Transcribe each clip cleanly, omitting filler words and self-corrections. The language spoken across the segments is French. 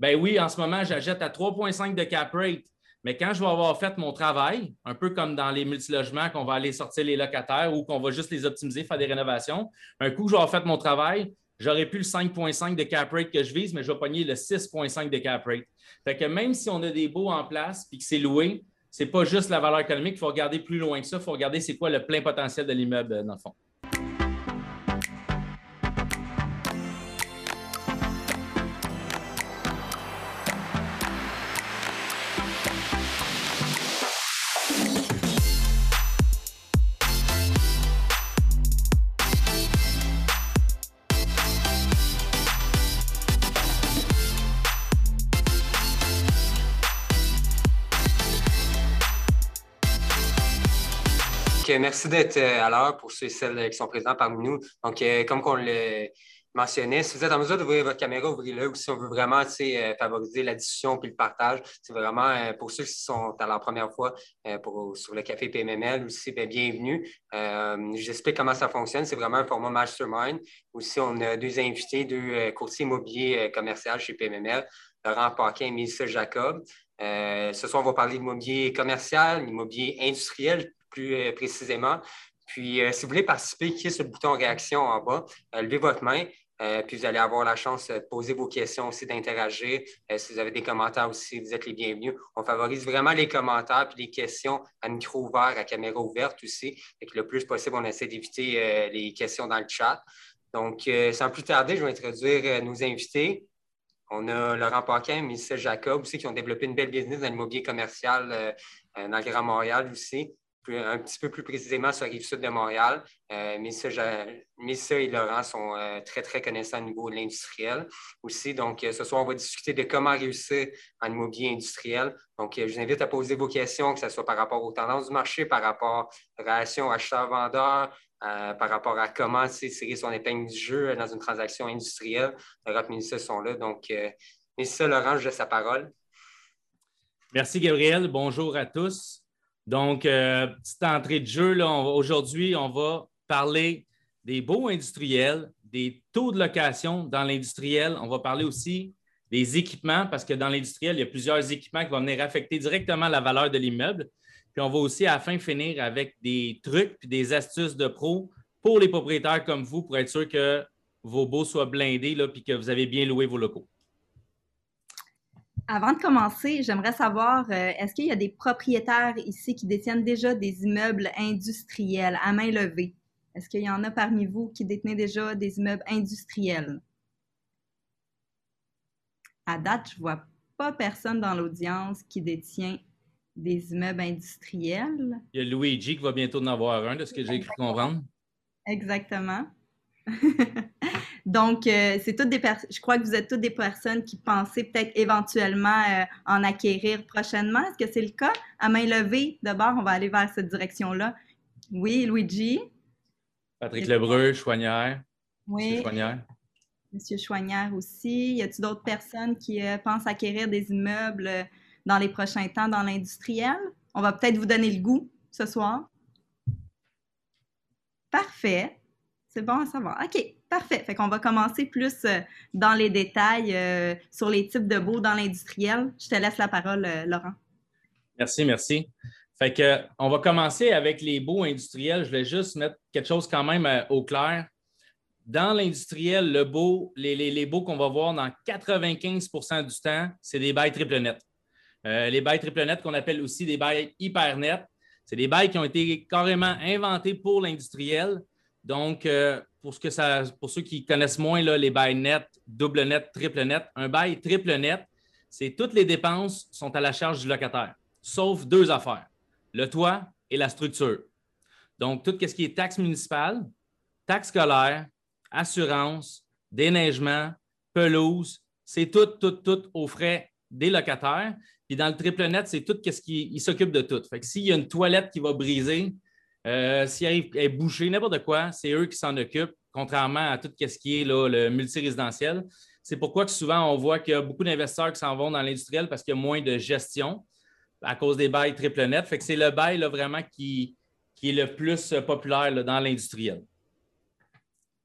Ben oui, en ce moment, j'achète à 3,5 de cap rate. Mais quand je vais avoir fait mon travail, un peu comme dans les multilogements, qu'on va aller sortir les locataires ou qu'on va juste les optimiser, faire des rénovations, un coup que je vais avoir fait mon travail, j'aurais plus le 5,5 de cap rate que je vise, mais je vais pogner le 6,5 de cap rate. Fait que même si on a des baux en place et que c'est loué, ce n'est pas juste la valeur économique, il faut regarder plus loin que ça, il faut regarder c'est quoi le plein potentiel de l'immeuble dans le fond. Merci d'être à l'heure pour ceux et celles qui sont présents parmi nous. Donc, comme on le mentionnait, si vous êtes en mesure d'ouvrir votre caméra, ouvrez-le. Ou si on veut vraiment favoriser la discussion puis le partage, c'est vraiment pour ceux qui sont à leur première fois sur le Café PMML aussi, bienvenue. J'explique comment ça fonctionne. C'est vraiment un format mastermind. Aussi, on a deux invités, deux courtiers immobiliers commerciaux chez PMML, Laurent Paquin et Mélissa Jacob. Ce soir, on va parler d'immobilier commercial, d'immobilier industriel, plus précisément. Puis, si vous voulez participer, cliquez sur le bouton réaction en bas, levez votre main, puis vous allez avoir la chance de poser vos questions aussi, d'interagir. Si vous avez des commentaires aussi, vous êtes les bienvenus. On favorise vraiment les commentaires puis les questions à micro ouvert, à caméra ouverte aussi. Fait que le plus possible, on essaie d'éviter les questions dans le chat. Donc, sans plus tarder, je vais introduire nos invités. On a Laurent Paquin et Mélissa Jacob aussi qui ont développé une belle business dans l'immobilier commercial dans le Grand Montréal aussi. Un petit peu plus précisément sur la rive sud de Montréal. Mélissa et Laurent sont très, très connaissants au niveau de l'industriel aussi. Donc, ce soir, on va discuter de comment réussir en immobilier industriel. Donc, je vous invite à poser vos questions, que ce soit par rapport aux tendances du marché, par rapport aux relations acheteurs-vendeurs, par rapport à comment tirer son épingle du jeu dans une transaction industrielle. Laurent et Mélissa sont là. Donc, Mélissa, Laurent, je laisse la parole. Merci, Gabriel. Bonjour à tous. Donc, petite entrée de jeu, aujourd'hui, on va parler des baux industriels, des taux de location dans l'industriel. On va parler aussi des équipements parce que dans l'industriel, il y a plusieurs équipements qui vont venir affecter directement la valeur de l'immeuble. Puis, on va aussi à la fin finir avec des trucs et des astuces de pro pour les propriétaires comme vous pour être sûr que vos baux soient blindés et que vous avez bien loué vos locaux. Avant de commencer, j'aimerais savoir, est-ce qu'il y a des propriétaires ici qui détiennent déjà des immeubles industriels à main levée? Est-ce qu'il y en a parmi vous qui détenez déjà des immeubles industriels? À date, je ne vois pas personne dans l'audience qui détient des immeubles industriels. Il y a Luigi qui va bientôt en avoir un, de ce que j'ai cru comprendre. Exactement. Donc, c'est toutes je crois que vous êtes toutes des personnes qui pensez peut-être éventuellement en acquérir prochainement. Est-ce que c'est le cas? À main levée, d'abord, on va aller vers cette direction-là. Oui, Luigi. Patrick Lebreu, Chouanière. Oui. Monsieur Chouanière. Monsieur Chouanière aussi. Y a-t-il d'autres personnes qui pensent acquérir des immeubles dans les prochains temps dans l'industriel? On va peut-être vous donner le goût ce soir. Parfait. C'est bon à savoir. OK, parfait. Fait qu'on va commencer plus dans les détails sur les types de baux dans l'industriel. Je te laisse la parole, Laurent. Merci. Fait que, on va commencer avec les baux industriels. Je vais juste mettre quelque chose quand même au clair. Dans l'industriel, les baux qu'on va voir dans 95% du temps, c'est des bails triple net. Les bails triple net qu'on appelle aussi des bails hyper nets, c'est des bails qui ont été carrément inventés pour l'industriel. Donc, pour ceux qui connaissent moins là, les bails nets, double net, triple net, un bail triple net, c'est toutes les dépenses sont à la charge du locataire, sauf deux affaires, le toit et la structure. Donc, tout ce qui est taxe municipale, taxe scolaire, assurance, déneigement, pelouse, c'est tout aux frais des locataires. Puis dans le triple net, c'est tout ce qui s'occupe de tout. Fait que s'il y a une toilette qui va briser, s'il arrive est bouché, n'importe quoi, c'est eux qui s'en occupent, contrairement à tout ce qui est là, le multirésidentiel. C'est pourquoi que souvent, on voit qu'il y a beaucoup d'investisseurs qui s'en vont dans l'industriel parce qu'il y a moins de gestion à cause des bails triple net. Fait que c'est le bail là, vraiment qui est le plus populaire là, dans l'industriel.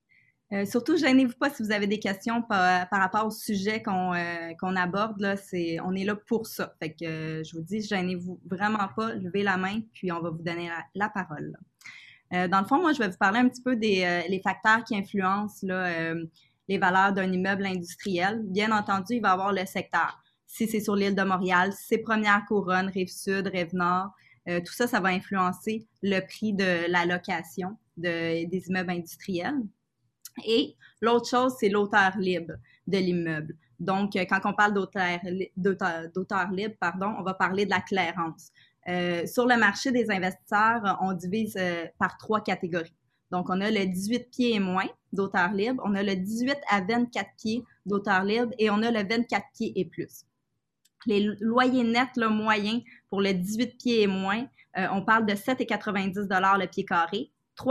Surtout, gênez-vous pas si vous avez des questions par rapport au sujet qu'on aborde. Là, on est là pour ça. Fait que je vous dis, gênez-vous vraiment pas, levez la main, puis on va vous donner la parole. Dans le fond, moi, je vais vous parler un petit peu les facteurs qui influencent là, les valeurs d'un immeuble industriel. Bien entendu, il va y avoir le secteur. Si c'est sur l'île de Montréal, si c'est Première Couronne, Rive-Sud, Rive-Nord, tout ça, ça va influencer le prix de la location des immeubles industriels. Et l'autre chose, c'est l'auteur libre de l'immeuble. Donc, quand on parle d'auteur libre, on va parler de la clairance. Sur le marché des investisseurs, on divise par 3 catégories. Donc, on a le 18 pieds et moins d'auteur libre, on a le 18 à 24 pieds d'auteur libre et on a le 24 pieds et plus. Les loyers nets là, moyens pour le 18 pieds et moins, on parle de 7,90 $ le pied carré.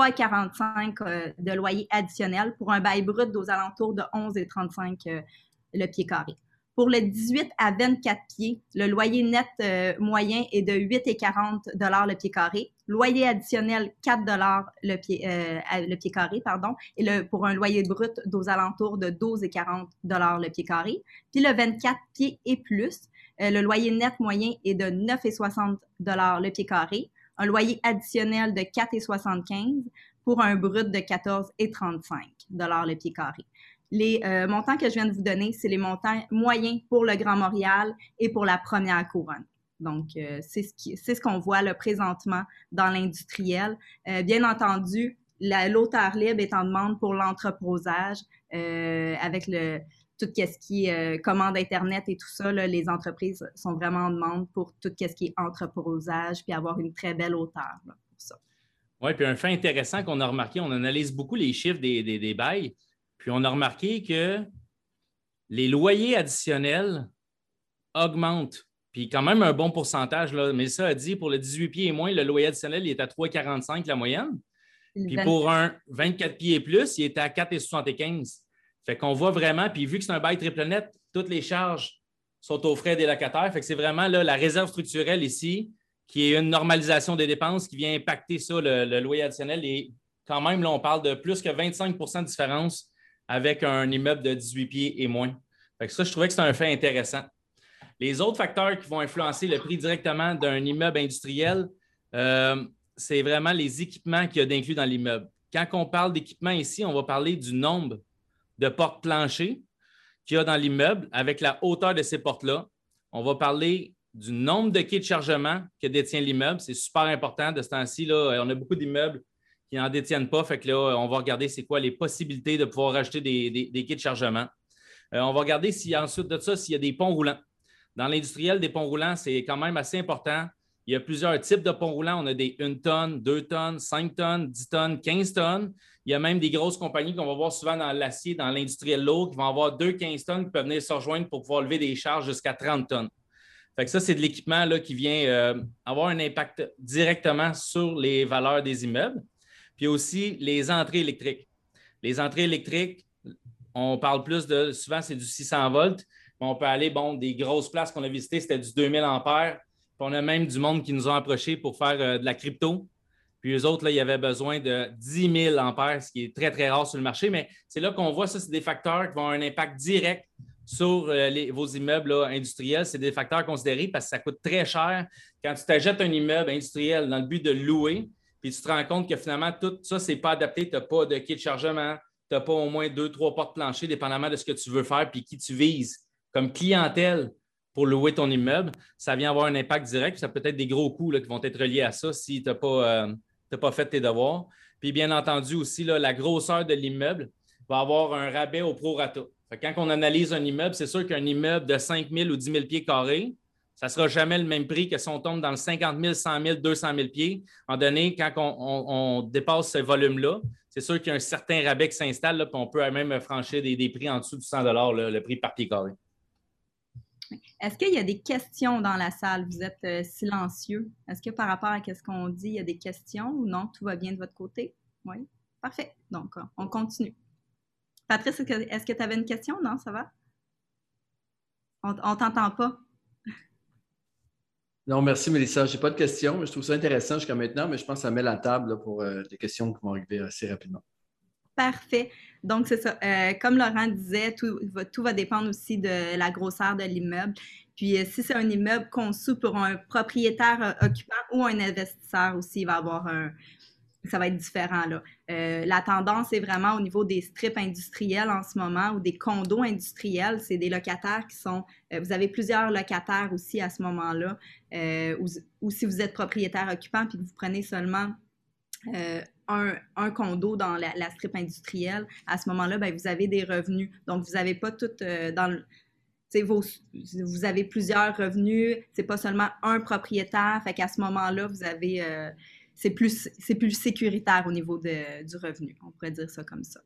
3,45 de loyer additionnel pour un bail brut aux alentours de 11,35 le pied carré. Pour le 18 à 24 pieds, le loyer net moyen est de 8,40 $ le pied carré. Loyer additionnel, 4 $ le pied carré, pardon. Et pour un loyer brut aux alentours de 12,40 $ le pied carré. Puis le 24 pieds et plus, le loyer net moyen est de 9,60 $ le pied carré. Un loyer additionnel de 4,75 pour un brut de 14,35 $ le pied carré. Les montants que je viens de vous donner, c'est les montants moyens pour le Grand Montréal et pour la Première Couronne. Donc, c'est ce qu'on voit là, présentement dans l'industriel. Bien entendu, l'auteur libre est en demande pour l'entreposage avec tout ce qui est commande Internet et tout ça, là, les entreprises sont vraiment en demande pour tout ce qui est entreposage puis avoir une très belle hauteur là, pour ça. Oui, puis un fait intéressant qu'on a remarqué, on analyse beaucoup les chiffres des bails, puis on a remarqué que les loyers additionnels augmentent, puis quand même un bon pourcentage. Là, mais ça a dit, pour le 18 pieds et moins, le loyer additionnel il est à 3,45 la moyenne. Puis pour un 24 pieds et plus, il est à 4,75. Fait qu'on voit vraiment, puis vu que c'est un bail triple net, toutes les charges sont aux frais des locataires. Fait que c'est vraiment là, la réserve structurelle ici, qui est une normalisation des dépenses qui vient impacter ça, le loyer additionnel. Et quand même, là, on parle de plus que 25 % de différence avec un immeuble de 18 pieds et moins. Fait que ça, je trouvais que c'est un fait intéressant. Les autres facteurs qui vont influencer le prix directement d'un immeuble industriel, c'est vraiment les équipements qu'il y a d'inclus dans l'immeuble. Quand on parle d'équipement ici, on va parler du nombre de portes planchers qu'il y a dans l'immeuble avec la hauteur de ces portes-là. On va parler du nombre de quais de chargement que détient l'immeuble. C'est super important de ce temps-ci. Là, on a beaucoup d'immeubles qui n'en détiennent pas. Fait que là, on va regarder c'est quoi les possibilités de pouvoir rajouter des quais de chargement. On va regarder ensuite de ça s'il y a des ponts roulants. Dans l'industriel, des ponts roulants, c'est quand même assez important. Il y a plusieurs types de ponts roulants. On a des 1 tonne, 2 tonnes, 5 tonnes, 10 tonnes, 15 tonnes. Il y a même des grosses compagnies qu'on va voir souvent dans l'acier, dans l'industriel lourd, qui vont avoir 2 15 tonnes qui peuvent venir se rejoindre pour pouvoir lever des charges jusqu'à 30 tonnes. Fait que ça, c'est de l'équipement là, qui vient avoir un impact directement sur les valeurs des immeubles. Puis aussi les entrées électriques. Les entrées électriques, on parle plus de, souvent c'est du 600 volts, mais on peut aller, des grosses places qu'on a visitées, c'était du 2000 ampères. Puis on a même du monde qui nous ont approchés pour faire de la crypto. Puis eux autres, là, il y avait besoin de 10 000 ampères, ce qui est très, très rare sur le marché. Mais c'est là qu'on voit ça, c'est des facteurs qui vont avoir un impact direct sur vos immeubles là, industriels. C'est des facteurs considérés parce que ça coûte très cher. Quand tu t'achètes un immeuble industriel dans le but de louer, puis tu te rends compte que finalement, tout ça, ce n'est pas adapté. Tu n'as pas de quai de chargement, tu n'as pas au moins 2-3 portes planchers, dépendamment de ce que tu veux faire puis qui tu vises comme clientèle pour louer ton immeuble. Ça vient avoir un impact direct. Ça peut être des gros coûts là, qui vont être reliés à ça si tu n'as pas fait tes devoirs. Puis bien entendu aussi, là, la grosseur de l'immeuble va avoir un rabais au prorata. Quand on analyse un immeuble, c'est sûr qu'un immeuble de 5 000 ou 10 000 pieds carrés, ça ne sera jamais le même prix que si on tombe dans le 50 000, 100 000, 200 000 pieds. En donné, quand on dépasse ce volume-là, c'est sûr qu'il y a un certain rabais qui s'installe, là, puis on peut même franchir des prix en dessous de 100 $, le prix par pied carré. Est-ce qu'il y a des questions dans la salle? Vous êtes silencieux. Est-ce que par rapport à ce qu'on dit, il y a des questions ou non? Tout va bien de votre côté? Oui? Parfait. Donc, on continue. Patrice, est-ce que tu avais une question? Non, ça va? On ne t'entend pas. Non, merci Mélissa. Je n'ai pas de questions. Je trouve ça intéressant jusqu'à maintenant, mais je pense que ça met la table là, pour des questions qui vont arriver assez rapidement. Parfait. Donc, c'est ça. Comme Laurent disait, tout va dépendre aussi de la grosseur de l'immeuble. Puis, si c'est un immeuble conçu pour un propriétaire occupant ou un investisseur aussi, il va avoir ça va être différent, là. La tendance est vraiment au niveau des strips industriels en ce moment ou des condos industriels. C'est des locataires qui sont... vous avez plusieurs locataires aussi à ce moment-là. Ou si vous êtes propriétaire occupant puis que vous prenez seulement un condo dans la strip industrielle, à ce moment-là, ben, vous avez des revenus. Donc, vous n'avez pas tout dans le... Vous avez plusieurs revenus, c'est pas seulement un propriétaire, fait qu'à ce moment-là, vous avez... c'est plus sécuritaire au niveau du revenu, on pourrait dire ça comme ça.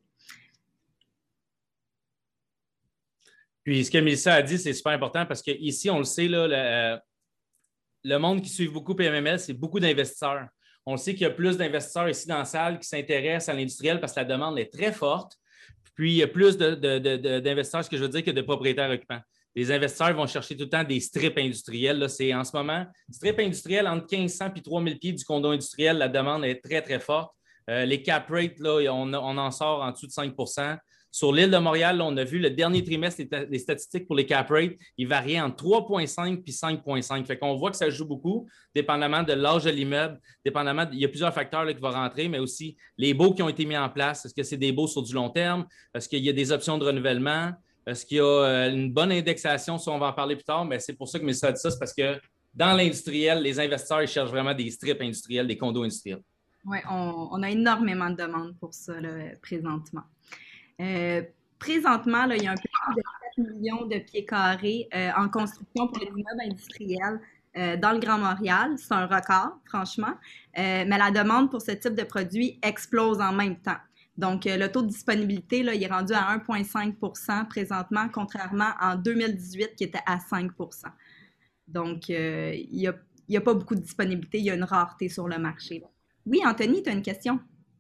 Puis, ce que Mélissa a dit, c'est super important parce qu'ici, on le sait, là, le monde qui suit beaucoup PMML, c'est beaucoup d'investisseurs. On sait qu'il y a plus d'investisseurs ici dans la salle qui s'intéressent à l'industriel parce que la demande est très forte. Puis, il y a plus d'investisseurs, ce que je veux dire, que de propriétaires occupants. Les investisseurs vont chercher tout le temps des strips industriels. Là, c'est en ce moment, strips industriels entre 1500 et 3000 pieds du condo industriel, la demande est très, très forte. Les cap rates, là, on en sort en dessous de 5 %. Sur l'île de Montréal, là, on a vu le dernier trimestre, les statistiques pour les cap rates, ils variaient entre 3,5 et 5,5. Fait qu'on voit que ça joue beaucoup, dépendamment de l'âge de l'immeuble, dépendamment, il y a plusieurs facteurs là, qui vont rentrer, mais aussi les baux qui ont été mis en place. Est-ce que c'est des baux sur du long terme? Est-ce qu'il y a des options de renouvellement? Est-ce qu'il y a une bonne indexation? Ça, on va en parler plus tard, mais c'est pour ça que Mélissa a dit ça, c'est parce que dans l'industriel, les investisseurs ils cherchent vraiment des strips industriels, des condos industriels. Oui, on a énormément de demandes pour ça là, présentement. Présentement, là, il y a un peu plus de 4 millions de pieds carrés en construction pour les immeubles industriels dans le Grand Montréal. C'est un record, franchement. Mais la demande pour ce type de produit explose en même temps. Donc, le taux de disponibilité, là, il est rendu à 1,5 % présentement, contrairement en 2018 qui était à 5 %. Donc, il n'y a pas beaucoup de disponibilité, il y a une rareté sur le marché. Là. Oui, Anthony, tu as une question?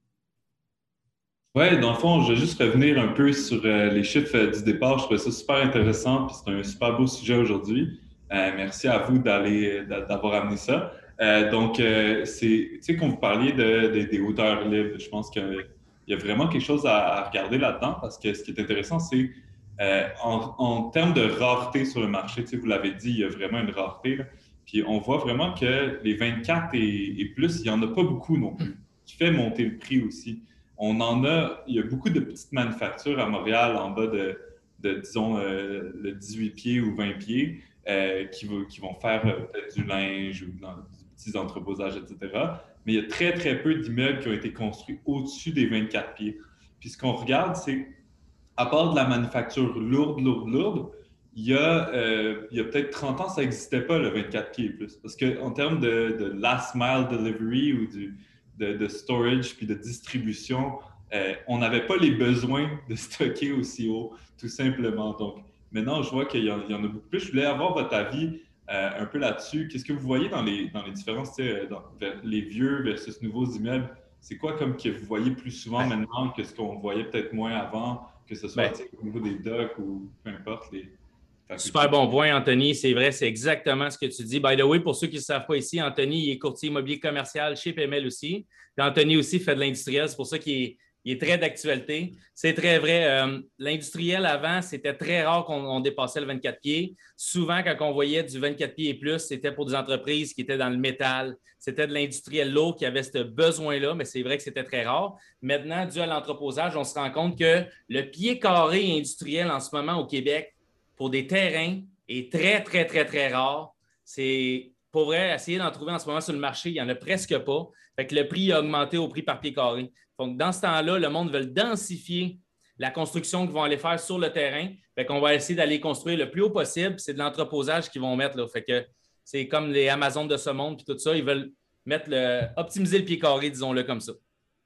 Oui, dans le fond, je vais juste revenir un peu sur les chiffres du départ. Je trouvais ça super intéressant, puis c'est un super beau sujet aujourd'hui. Merci à vous d'avoir amené ça. Tu sais, quand vous parliez des hauteurs libres, je pense qu'il y a vraiment quelque chose à regarder là-dedans, parce que ce qui est intéressant, c'est en termes de rareté sur le marché, tu sais, vous l'avez dit, il y a vraiment une rareté, là. Puis on voit vraiment que les 24 et plus, il n'y en a pas beaucoup non plus, qui fait monter le prix aussi. Il y a beaucoup de petites manufactures à Montréal en bas disons, le 18 pieds ou 20 pieds qui vont faire peut-être du linge ou dans des petits entreposages, etc. Mais il y a très, très peu d'immeubles qui ont été construits au-dessus des 24 pieds. Puis ce qu'on regarde, c'est, à part de la manufacture lourde, il y a peut-être 30 ans, ça n'existait pas le 24 pieds et plus. Parce qu'en termes de last mile delivery ou de storage puis de distribution, on n'avait pas les besoins de stocker aussi haut, tout simplement. Donc, maintenant, je vois qu'il y en a beaucoup plus. Je voulais avoir votre avis un peu là-dessus. Qu'est-ce que vous voyez dans les différences, les vieux versus nouveaux immeubles? C'est quoi comme que vous voyez plus souvent maintenant que ce qu'on voyait peut-être moins avant, que ce soit au niveau des docks ou peu importe les... Super bon point, Anthony. C'est vrai, c'est exactement ce que tu dis. By the way, pour ceux qui ne savent pas ici, Anthony il est courtier immobilier commercial chez PML aussi. Puis Anthony aussi fait de l'industriel. C'est pour ça qu'il est très d'actualité. C'est très vrai. L'industriel, avant, c'était très rare qu'on dépassait le 24 pieds. Souvent, quand on voyait du 24 pieds et plus, c'était pour des entreprises qui étaient dans le métal. C'était de l'industriel lourd qui avait ce besoin-là, mais c'est vrai que c'était très rare. Maintenant, dû à l'entreposage, on se rend compte que le pied carré industriel en ce moment au Québec, pour des terrains, est très, très, très, très rare. C'est, pour vrai, essayer d'en trouver en ce moment sur le marché, il n'y en a presque pas. Fait que le prix a augmenté au prix par pied carré. Donc, dans ce temps-là, le monde veut densifier la construction qu'ils vont aller faire sur le terrain. Fait qu'on va essayer d'aller construire le plus haut possible. C'est de l'entreposage qu'ils vont mettre, là. Fait que c'est comme les Amazones de ce monde puis tout ça. Ils veulent optimiser le pied carré, disons-le comme ça.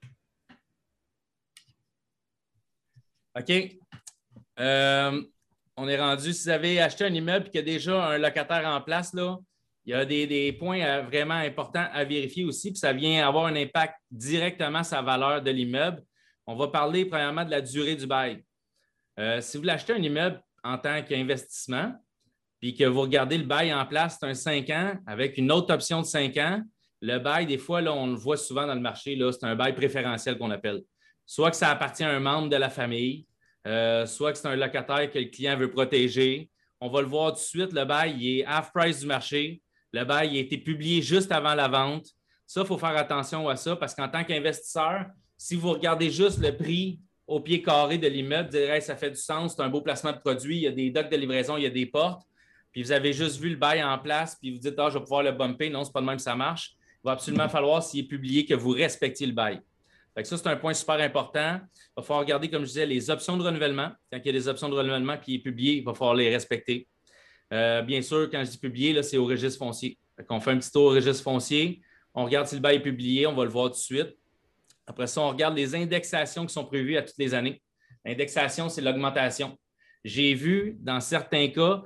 OK. On est rendu, si vous avez acheté un immeuble et qu'il y a déjà un locataire en place, là, il y a des points vraiment importants à vérifier aussi, puis ça vient avoir un impact directement sur la valeur de l'immeuble. On va parler premièrement de la durée du bail. Si vous l'achetez un immeuble en tant qu'investissement, puis que vous regardez le bail en place, c'est un 5 ans avec une autre option de 5 ans, le bail, des fois, là, on le voit souvent dans le marché, là, c'est un bail préférentiel qu'on appelle. soit que ça appartient à un membre de la famille, soit que c'est un locataire que le client veut protéger. On va le voir tout de suite, le bail il est half price du marché. Le bail il a été publié juste avant la vente. Ça, il faut faire attention à ça parce qu'en tant qu'investisseur, si vous regardez juste le prix au pied carré de l'immeuble, vous direz ça fait du sens, c'est un beau placement de produit, il y a des docks de livraison, il y a des portes, puis vous avez juste vu le bail en place, puis vous dites je vais pouvoir le bumper. Non, ce n'est pas de même que ça marche. Il va absolument falloir, s'il est publié, que vous respectiez le bail. Fait que ça, c'est un point super important. Il va falloir regarder, comme je disais, les options de renouvellement. Quand il y a des options de renouvellement qui est publié, il va falloir les respecter. Bien sûr, quand je dis publié, là, c'est au registre foncier. On fait un petit tour au registre foncier, on regarde si le bail est publié, on va le voir tout de suite. Après ça, on regarde les indexations qui sont prévues à toutes les années. L'indexation, c'est l'augmentation. J'ai vu, dans certains cas,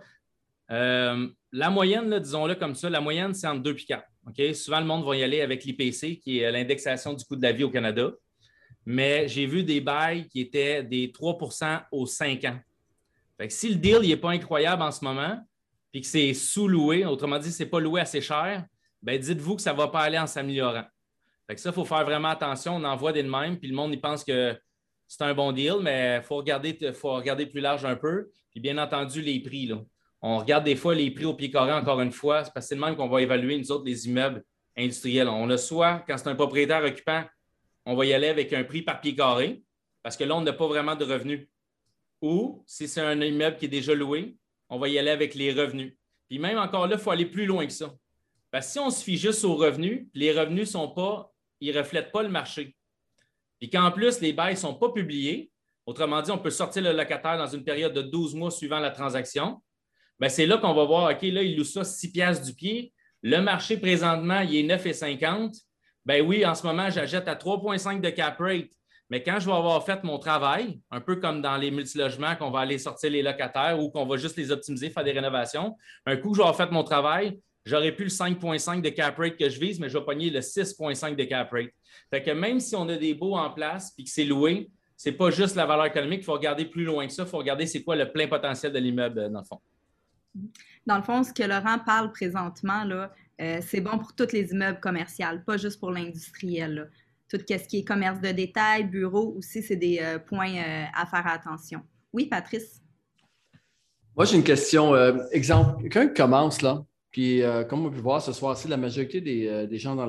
la moyenne, là, disons-le comme ça, la moyenne, c'est entre 2 et 4. Okay? Souvent, le monde va y aller avec l'IPC, qui est l'indexation du coût de la vie au Canada. Mais j'ai vu des bails qui étaient des 3 aux 5 ans. Fait que si le deal n'est pas incroyable en ce moment, puis que c'est sous-loué, autrement dit, ce n'est pas loué assez cher, bien, dites-vous que ça ne va pas aller en s'améliorant. Fait que ça, il faut faire vraiment attention. On en voit des de même, puis le monde, il pense que c'est un bon deal, mais il faut regarder plus large un peu. Puis bien entendu, les prix, là. On regarde des fois les prix au pied carré, encore une fois, c'est parce que c'est le même qu'on va évaluer, nous autres, les immeubles industriels. On a soit, quand c'est un propriétaire occupant, on va y aller avec un prix par pied carré, parce que là, on n'a pas vraiment de revenus. Ou, si c'est un immeuble qui est déjà loué, on va y aller avec les revenus. Puis même encore là, il faut aller plus loin que ça. Parce que si on se fie juste aux revenus, les revenus ils ne reflètent pas le marché. Puis qu'en plus, les bails ne sont pas publiés, autrement dit, on peut sortir le locataire dans une période de 12 mois suivant la transaction. Bien, c'est là qu'on va voir, OK, là, il loue ça 6 piastres du pied. Le marché, présentement, il est 9,50. Bien oui, en ce moment, j'achète à 3,5 de cap rate. Mais quand je vais avoir fait mon travail, un peu comme dans les multilogements, qu'on va aller sortir les locataires ou qu'on va juste les optimiser, faire des rénovations, un coup que je vais avoir fait mon travail, j'aurais plus le 5,5 de cap rate que je vise, mais je vais pogner le 6,5 de cap rate. Fait que même si on a des baux en place et que c'est loué, ce n'est pas juste la valeur économique, il faut regarder plus loin que ça, il faut regarder c'est quoi le plein potentiel de l'immeuble, dans le fond. Dans le fond, ce que Laurent parle présentement, là, c'est bon pour tous les immeubles commerciaux, pas juste pour l'industriel, là. Tout ce qui est commerce de détail, bureau aussi, c'est des points à faire attention. Oui, Patrice? Moi, j'ai une question. Exemple, quelqu'un qui commence là, puis comme on peut voir ce soir-ci, la majorité des gens dans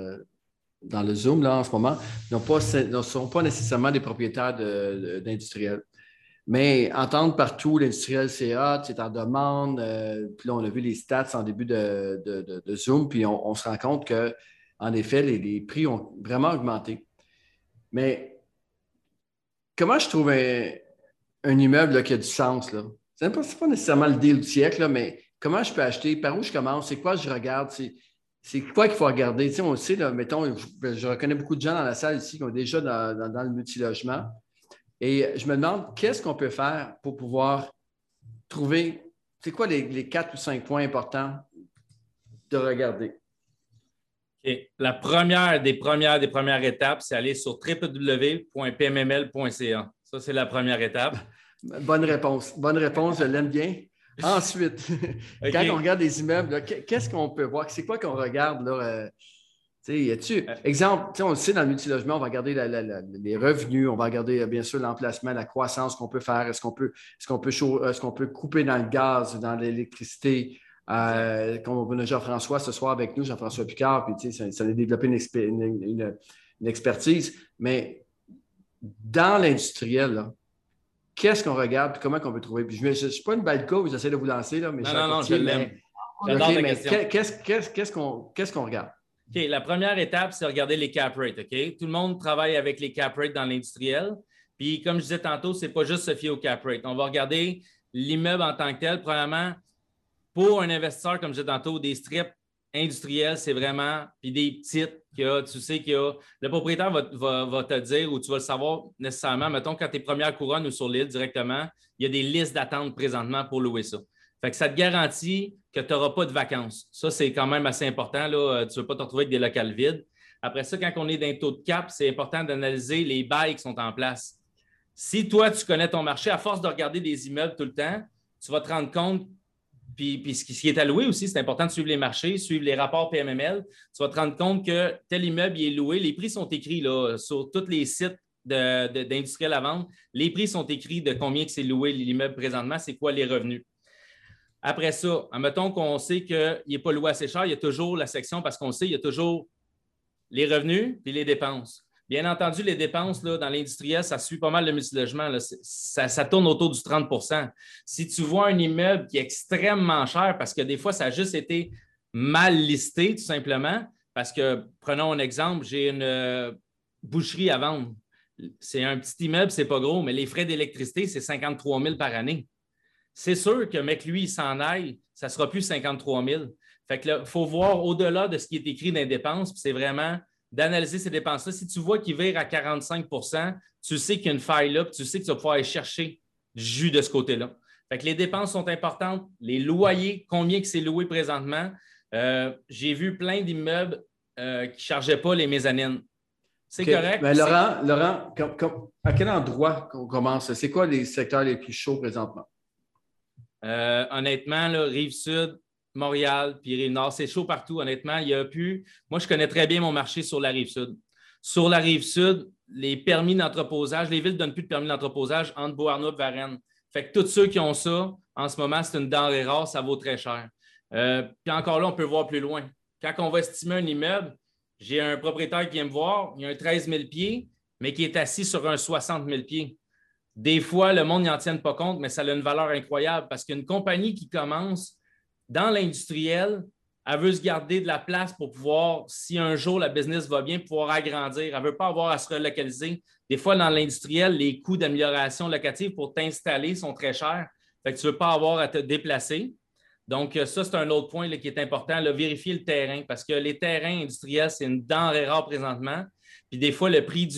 le Zoom là, en ce moment ne sont pas nécessairement des propriétaires d'industriels. Mais entendre partout, l'industriel, c'est hot, c'est en demande. Puis là, on a vu les stats en début de Zoom, puis on se rend compte que en effet, les prix ont vraiment augmenté. Mais comment je trouve un immeuble là, qui a du sens? Là? Ce n'est pas nécessairement le deal du siècle, là, mais comment je peux acheter? Par où je commence? C'est quoi je regarde? C'est quoi qu'il faut regarder? Tu sais, on le sait, là, mettons, je reconnais beaucoup de gens dans la salle ici qui ont déjà dans le multilogement. Et je me demande, qu'est-ce qu'on peut faire pour pouvoir trouver, c'est quoi les 4 ou 5 points importants de regarder? Okay. La première des premières étapes, c'est aller sur www.pmml.ca. Ça, c'est la première étape. Bonne réponse. Bonne réponse, je l'aime bien. Ensuite, okay. Quand on regarde des immeubles, là, qu'est-ce qu'on peut voir? C'est quoi qu'on regarde? Là, exemple, on le sait, dans le multilogement, on va regarder les revenus, on va regarder bien sûr l'emplacement, la croissance qu'on peut faire. Est-ce qu'on peut couper dans le gaz, dans l'électricité? Comme on a Jean-François ce soir avec nous, Jean-François Picard, puis ça a développé une expertise. Mais dans l'industriel, là, qu'est-ce qu'on regarde et comment on peut trouver? Puis je ne suis pas une balle de j'essaie de vous lancer, là, mais non, je l'aime. Qu'est-ce qu'on regarde? OK, la première étape, c'est regarder les cap rates. OK? Tout le monde travaille avec les cap rates dans l'industriel. Puis, comme je disais tantôt, ce n'est pas juste se fier au cap rate. On va regarder l'immeuble en tant que tel. Premièrement, pour un investisseur, comme je disais tantôt, des strips industriels, c'est vraiment, puis des petites, tu sais qu'il y a, le propriétaire va te dire, ou tu vas le savoir nécessairement, mettons, quand tu es première couronne ou sur l'île directement, il y a des listes d'attente présentement pour louer ça. Fait que ça te garantit que tu n'auras pas de vacances. Ça, c'est quand même assez important. Là. Tu ne veux pas te retrouver avec des locales vides. Après ça, quand on est d'un taux de cap, c'est important d'analyser les bails qui sont en place. Si toi, tu connais ton marché, à force de regarder des immeubles tout le temps, tu vas te rendre compte. Puis ce qui est alloué aussi, c'est important de suivre les marchés, suivre les rapports PMML. Tu vas te rendre compte que tel immeuble il est loué. Les prix sont écrits là, sur tous les sites d'industriel à vendre, les prix sont écrits de combien que c'est loué l'immeuble présentement, c'est quoi les revenus. Après ça, admettons qu'on sait qu'il n'est pas loué assez cher, il y a toujours la section, parce qu'on sait, il y a toujours les revenus et les dépenses. Bien entendu, les dépenses là, dans l'industriel, ça suit pas mal le multilogement. Là. Ça tourne autour du 30 %. Si tu vois un immeuble qui est extrêmement cher, parce que des fois, ça a juste été mal listé, tout simplement, parce que, prenons un exemple, j'ai une boucherie à vendre. C'est un petit immeuble, c'est pas gros, mais les frais d'électricité, c'est 53 000 par année. C'est sûr que, mec, lui, il s'en aille, ça ne sera plus 53 000. Fait que là, il faut voir au-delà de ce qui est écrit dans les dépenses, puis c'est vraiment d'analyser ces dépenses-là. Si tu vois qu'il vire à 45 %, tu sais qu'il y a une faille là, puis tu sais que tu vas pouvoir aller chercher du jus de ce côté-là. Fait que les dépenses sont importantes. Les loyers, combien que c'est loué présentement? J'ai vu plein d'immeubles qui ne chargeaient pas les mezzanines. C'est correct. Mais Laurent, à quel endroit on commence? C'est quoi les secteurs les plus chauds présentement? Honnêtement, là, Rive-Sud, Montréal, puis Rive-Nord, c'est chaud partout. Honnêtement, il y a plus. Moi, je connais très bien mon marché sur la Rive-Sud. Sur la Rive-Sud, les permis d'entreposage, les villes ne donnent plus de permis d'entreposage entre Beauharnois et Varennes. Fait que tous ceux qui ont ça, en ce moment, c'est une denrée rare, ça vaut très cher. Puis encore là, on peut voir plus loin. Quand on va estimer un immeuble, j'ai un propriétaire qui vient me voir, il y a un 13 000 pieds, mais qui est assis sur un 60 000 pieds. Des fois, le monde n'y en tient pas compte, mais ça a une valeur incroyable parce qu'une compagnie qui commence dans l'industriel, elle veut se garder de la place pour pouvoir, si un jour la business va bien, pouvoir agrandir. Elle ne veut pas avoir à se relocaliser. Des fois, dans l'industriel, les coûts d'amélioration locative pour t'installer sont très chers. Fait que tu ne veux pas avoir à te déplacer. Donc, ça, c'est un autre point là, qui est important, là, vérifier le terrain parce que les terrains industriels, c'est une denrée rare présentement. Puis des fois, le prix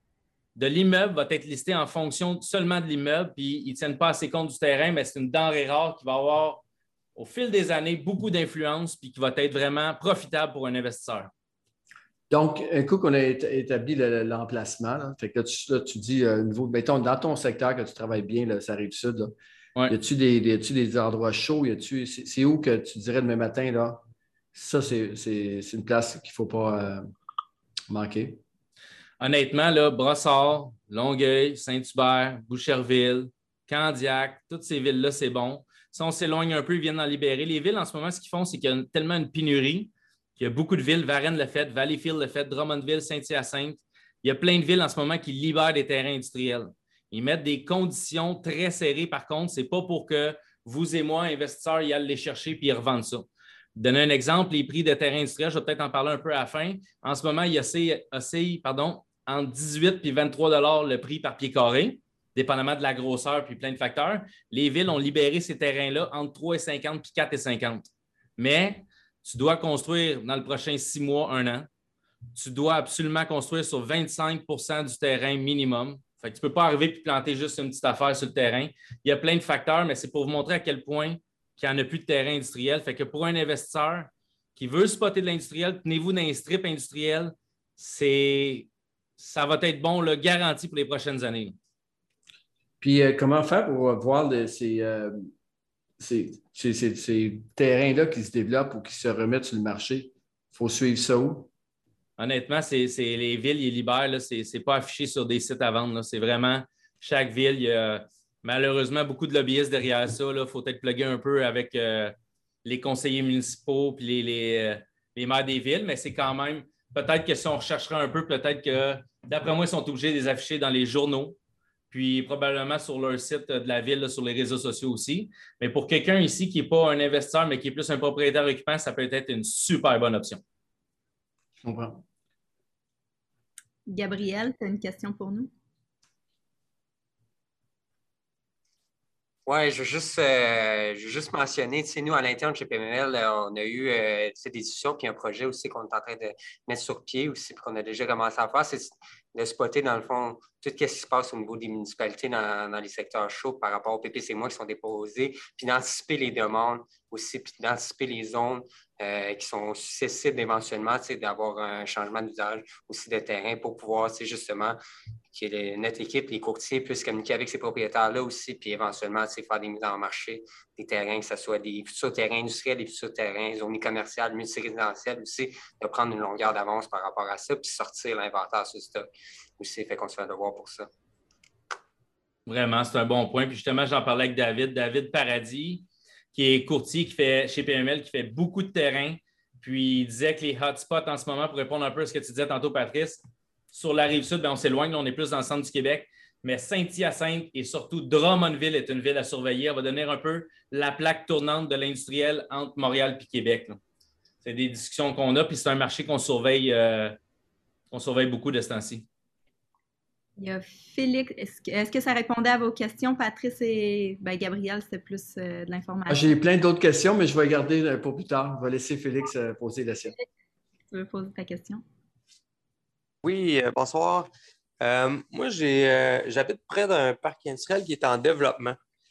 de l'immeuble va être listé en fonction seulement de l'immeuble, puis ils ne tiennent pas assez compte du terrain, mais c'est une denrée rare qui va avoir, au fil des années, beaucoup d'influence, puis qui va être vraiment profitable pour un investisseur. Donc, un coup qu'on a établi l'emplacement, là, fait que là, tu dis, mettons, dans ton secteur que tu travailles bien, là, ça arrive sud, là, ouais. Y a-tu des endroits chauds? C'est où que tu dirais demain matin, là, ça, c'est une place qu'il ne faut pas manquer? Honnêtement, là, Brossard, Longueuil, Saint-Hubert, Boucherville, Candiac, toutes ces villes-là, c'est bon. Si on s'éloigne un peu, ils viennent d'en libérer. Les villes, en ce moment, ce qu'ils font, c'est qu'il y a tellement une pénurie qu'il y a beaucoup de villes. Varennes l'a fait, Valleyfield l'a fait, Drummondville, Saint-Hyacinthe. Il y a plein de villes en ce moment qui libèrent des terrains industriels. Ils mettent des conditions très serrées, par contre. Ce n'est pas pour que vous et moi, investisseurs, y allent les chercher puis ils revendent ça. Donner un exemple, les prix de terrains industriels, je vais peut-être en parler un peu à la fin. En ce moment, il oscille entre 18 et 23 $ le prix par pied carré, dépendamment de la grosseur puis plein de facteurs. Les villes ont libéré ces terrains-là entre 3,50 et 4,50. Mais tu dois construire dans le prochain 6 mois, 1 an. Tu dois absolument construire sur 25 % du terrain minimum. Fait que tu ne peux pas arriver et planter juste une petite affaire sur le terrain. Il y a plein de facteurs, mais c'est pour vous montrer à quel point il n'y en a plus de terrain industriel. Fait que pour un investisseur qui veut spotter de l'industriel, tenez-vous dans un strip industriel, ça va être bon, là, garanti pour les prochaines années. Puis, comment faire pour voir ces terrains-là qui se développent ou qui se remettent sur le marché? Il faut suivre ça où? Honnêtement, c'est les villes, ils libèrent. Ce n'est pas affiché sur des sites à vendre. C'est vraiment chaque ville. Il y a malheureusement beaucoup de lobbyistes derrière ça. Il faut être plugué un peu avec les conseillers municipaux et les maires des villes, mais c'est quand même, peut-être que si on rechercherait un peu, peut-être que, d'après moi, ils sont obligés de les afficher dans les journaux, puis probablement sur leur site de la ville, là, sur les réseaux sociaux aussi. Mais pour quelqu'un ici qui n'est pas un investisseur, mais qui est plus un propriétaire occupant, ça peut être une super bonne option. Je comprends. Gabriel, tu as une question pour nous? Oui, je veux juste mentionner, tu sais, nous, à l'interne chez PML, on a eu des discussions, puis un projet aussi qu'on est en train de mettre sur pied aussi, puis qu'on a déjà commencé à faire, c'est de spotter, dans le fond, tout ce qui se passe au niveau des municipalités dans les secteurs chauds par rapport aux PPC-moi qui sont déposés, puis d'anticiper les demandes aussi, puis d'anticiper les zones qui sont susceptibles éventuellement, tu sais, d'avoir un changement d'usage aussi de terrain pour pouvoir, tu sais, justement, que notre équipe, les courtiers, puissent communiquer avec ces propriétaires-là aussi, puis éventuellement faire des mises en marché, des terrains, que ce soit des futurs terrains industriels, des futurs terrains zones commerciales, multirésidentielles aussi, de prendre une longueur d'avance par rapport à ça, puis sortir l'inventaire sur le stock aussi. Fait qu'on se fait un devoir pour ça. Vraiment, c'est un bon point. Puis justement, j'en parlais avec David Paradis, qui est courtier qui fait, chez PML, qui fait beaucoup de terrain. Puis il disait que les hotspots en ce moment, pour répondre un peu à ce que tu disais tantôt, Patrice, sur la Rive-Sud, on s'éloigne, on est plus dans le centre du Québec, mais Saint-Hyacinthe et surtout Drummondville est une ville à surveiller. Elle va devenir un peu la plaque tournante de l'industriel entre Montréal et Québec. C'est des discussions qu'on a, puis c'est un marché qu'on surveille beaucoup de ce temps-ci. Il y a Félix. Est-ce que ça répondait à vos questions, Patrice et Gabriel, c'était plus de l'information? J'ai plein d'autres questions, mais je vais garder pour plus tard. Je vais laisser Félix poser la sienne. Tu veux poser ta question? Oui, bonsoir. Moi, j'habite près d'un parc industriel qui est en développement.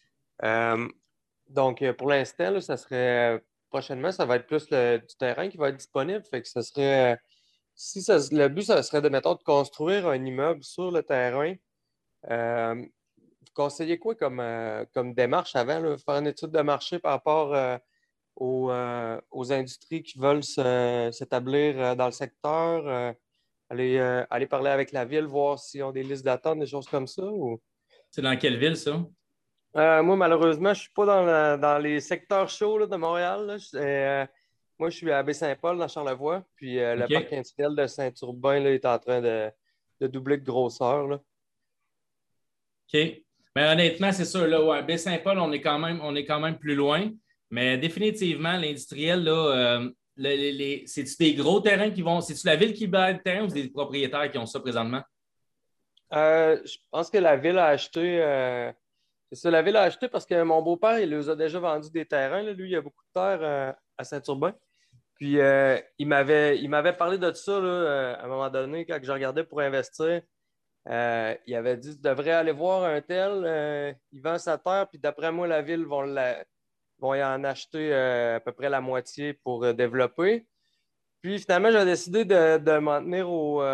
Donc, pour l'instant, là, ça serait prochainement, ça va être plus du terrain qui va être disponible. Fait que ça serait, le but, ça serait de construire un immeuble sur le terrain. Vous conseillez quoi comme démarche avant, là, faire une étude de marché par rapport aux industries qui veulent s'établir dans le secteur? Aller parler avec la ville, voir s'ils ont des listes d'attente, des choses comme ça? Ou... C'est dans quelle ville, ça? Moi, malheureusement, je ne suis pas dans les secteurs chauds là, de Montréal. Là. Moi, je suis à Baie-Saint-Paul, dans Charlevoix. Puis le parc industriel de Saint-Urbain là, est en train de doubler de grosseur. Là. OK. Mais honnêtement, c'est sûr, là, ouais, Baie-Saint-Paul, on est quand même plus loin. Mais définitivement, l'industriel, là, c'est-tu des gros terrains qui vont. C'est-tu la ville qui bat le terrain ou c'est des propriétaires qui ont ça présentement? Je pense que la ville a acheté. C'est ça, la ville a acheté parce que mon beau-père, il nous a déjà vendu des terrains. Là. Lui, il a beaucoup de terre à Saint-Urbain. Puis il m'avait parlé de ça là, à un moment donné, quand je regardais pour investir. Il avait dit: tu devrais aller voir un tel, il vend sa terre, puis d'après moi, la ville vont y en acheter à peu près la moitié pour développer. Puis finalement, j'ai décidé de m'en tenir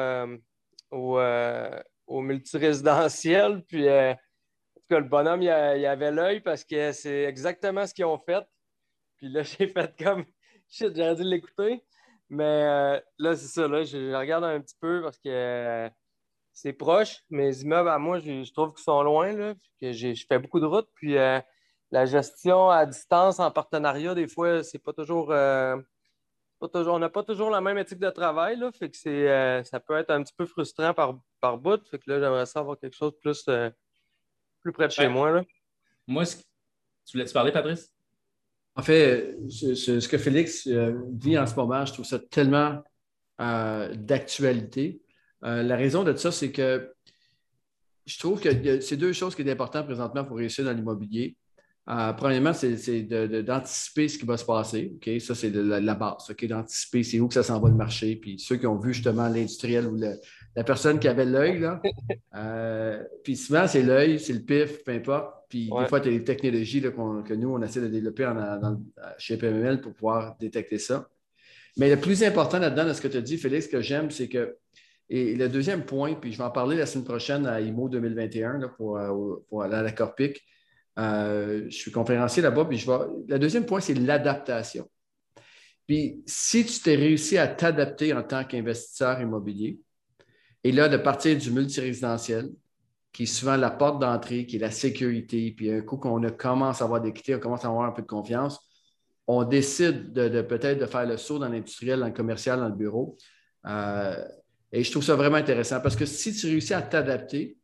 au multirésidentiel. Puis en tout cas, le bonhomme, il avait l'œil parce que c'est exactement ce qu'ils ont fait. Puis là, j'ai fait comme shit, j'aurais dû l'écouter. Mais là, c'est ça, là, je regarde un petit peu parce que c'est proche. Mes immeubles à moi, je trouve qu'ils sont loin. Là, que je fais beaucoup de routes. Puis la gestion à distance, en partenariat, des fois, c'est pas toujours. On n'a pas toujours la même éthique de travail. Là, fait que ça peut être un petit peu frustrant par bout. Fait que là, j'aimerais ça avoir quelque chose de plus près de chez moi. Là. Moi, tu voulais-tu parler, Patrice? En fait, ce que Félix vit en ce moment, je trouve ça tellement d'actualité. La raison de ça, c'est que je trouve que c'est deux choses qui sont importantes présentement pour réussir dans l'immobilier. Premièrement, c'est d'anticiper ce qui va se passer. Okay? Ça, c'est la base. Okay? D'anticiper c'est où que ça s'en va le marché. Puis ceux qui ont vu justement l'industriel ou la personne qui avait l'œil, là. Puis souvent, c'est l'œil, c'est le pif, peu importe. Puis des fois, tu as des technologies là, que nous, on essaie de développer chez PML pour pouvoir détecter ça. Mais le plus important là-dedans, de ce que tu as dit, Félix, que j'aime, c'est que, et le deuxième point, puis je vais en parler la semaine prochaine à IMO 2021 là, pour aller à la Corpic. Je suis conférencier là-bas, puis le deuxième point, c'est l'adaptation. Puis, si tu t'es réussi à t'adapter en tant qu'investisseur immobilier, et là, de partir du multirésidentiel, qui est souvent la porte d'entrée, qui est la sécurité, puis un coup qu'on commence à avoir d'équité, on commence à avoir un peu de confiance, on décide peut-être de faire le saut dans l'industriel, dans le commercial, dans le bureau. Et je trouve ça vraiment intéressant parce que si tu réussis à t'adapter,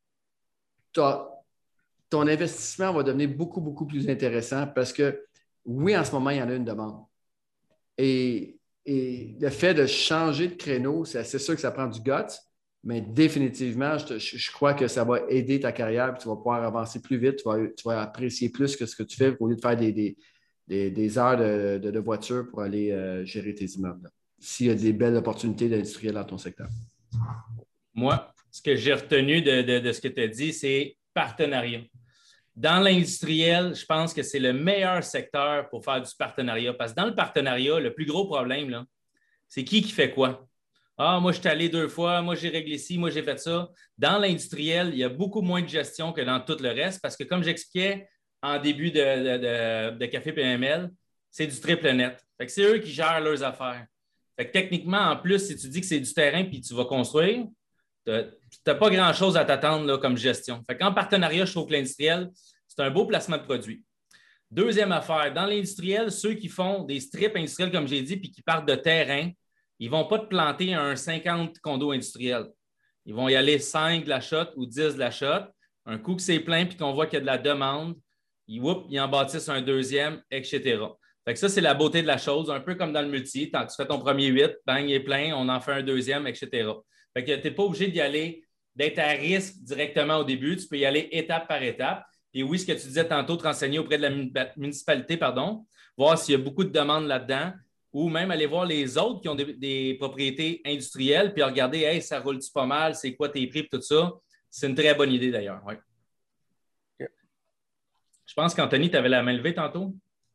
ton investissement va devenir beaucoup, beaucoup plus intéressant parce que, oui, en ce moment, il y en a une demande. Et le fait de changer de créneau, c'est sûr que ça prend du guts, mais définitivement, je crois que ça va aider ta carrière, puis tu vas pouvoir avancer plus vite, tu vas apprécier plus que ce que tu fais au lieu de faire des heures de voiture pour aller gérer tes immeubles. S'il y a des belles opportunités d'industriel dans ton secteur. Moi, ce que j'ai retenu de ce que tu as dit, c'est partenariat. Dans l'industriel, je pense que c'est le meilleur secteur pour faire du partenariat. Parce que dans le partenariat, le plus gros problème, là, c'est qui fait quoi. Ah, moi, je suis allé 2 fois, moi, j'ai réglé ci, moi, j'ai fait ça. Dans l'industriel, il y a beaucoup moins de gestion que dans tout le reste parce que, comme j'expliquais en début de Café PML, c'est du triple net. Fait que c'est eux qui gèrent leurs affaires. Fait que techniquement, en plus, si tu dis que c'est du terrain puis tu vas construire, tu n'as pas grand-chose à t'attendre là, comme gestion. Fait qu'en partenariat, je trouve que l'industriel, c'est un beau placement de produit. Deuxième affaire, dans l'industriel, ceux qui font des strips industriels, comme j'ai dit, puis qui partent de terrain, ils ne vont pas te planter un 50 condos industriels. Ils vont y aller 5 de la shot ou 10 de la shot. Un coup que c'est plein puis qu'on voit qu'il y a de la demande, ils en bâtissent un deuxième, etc. Fait que ça, c'est la beauté de la chose, un peu comme dans le multi. Quand tu fais ton premier 8, bang, il est plein, on en fait un deuxième, etc. Fait que tu n'es pas obligé d'y aller, d'être à risque directement au début. Tu peux y aller étape par étape. Et oui, ce que tu disais tantôt, te renseigner auprès de la municipalité, voir s'il y a beaucoup de demandes là-dedans, ou même aller voir les autres qui ont des propriétés industrielles, puis regarder, hey, ça roule-tu pas mal, c'est quoi tes prix, tout ça. C'est une très bonne idée d'ailleurs. Ouais. Okay. Je pense qu'Anthony, tu avais la main levée tantôt.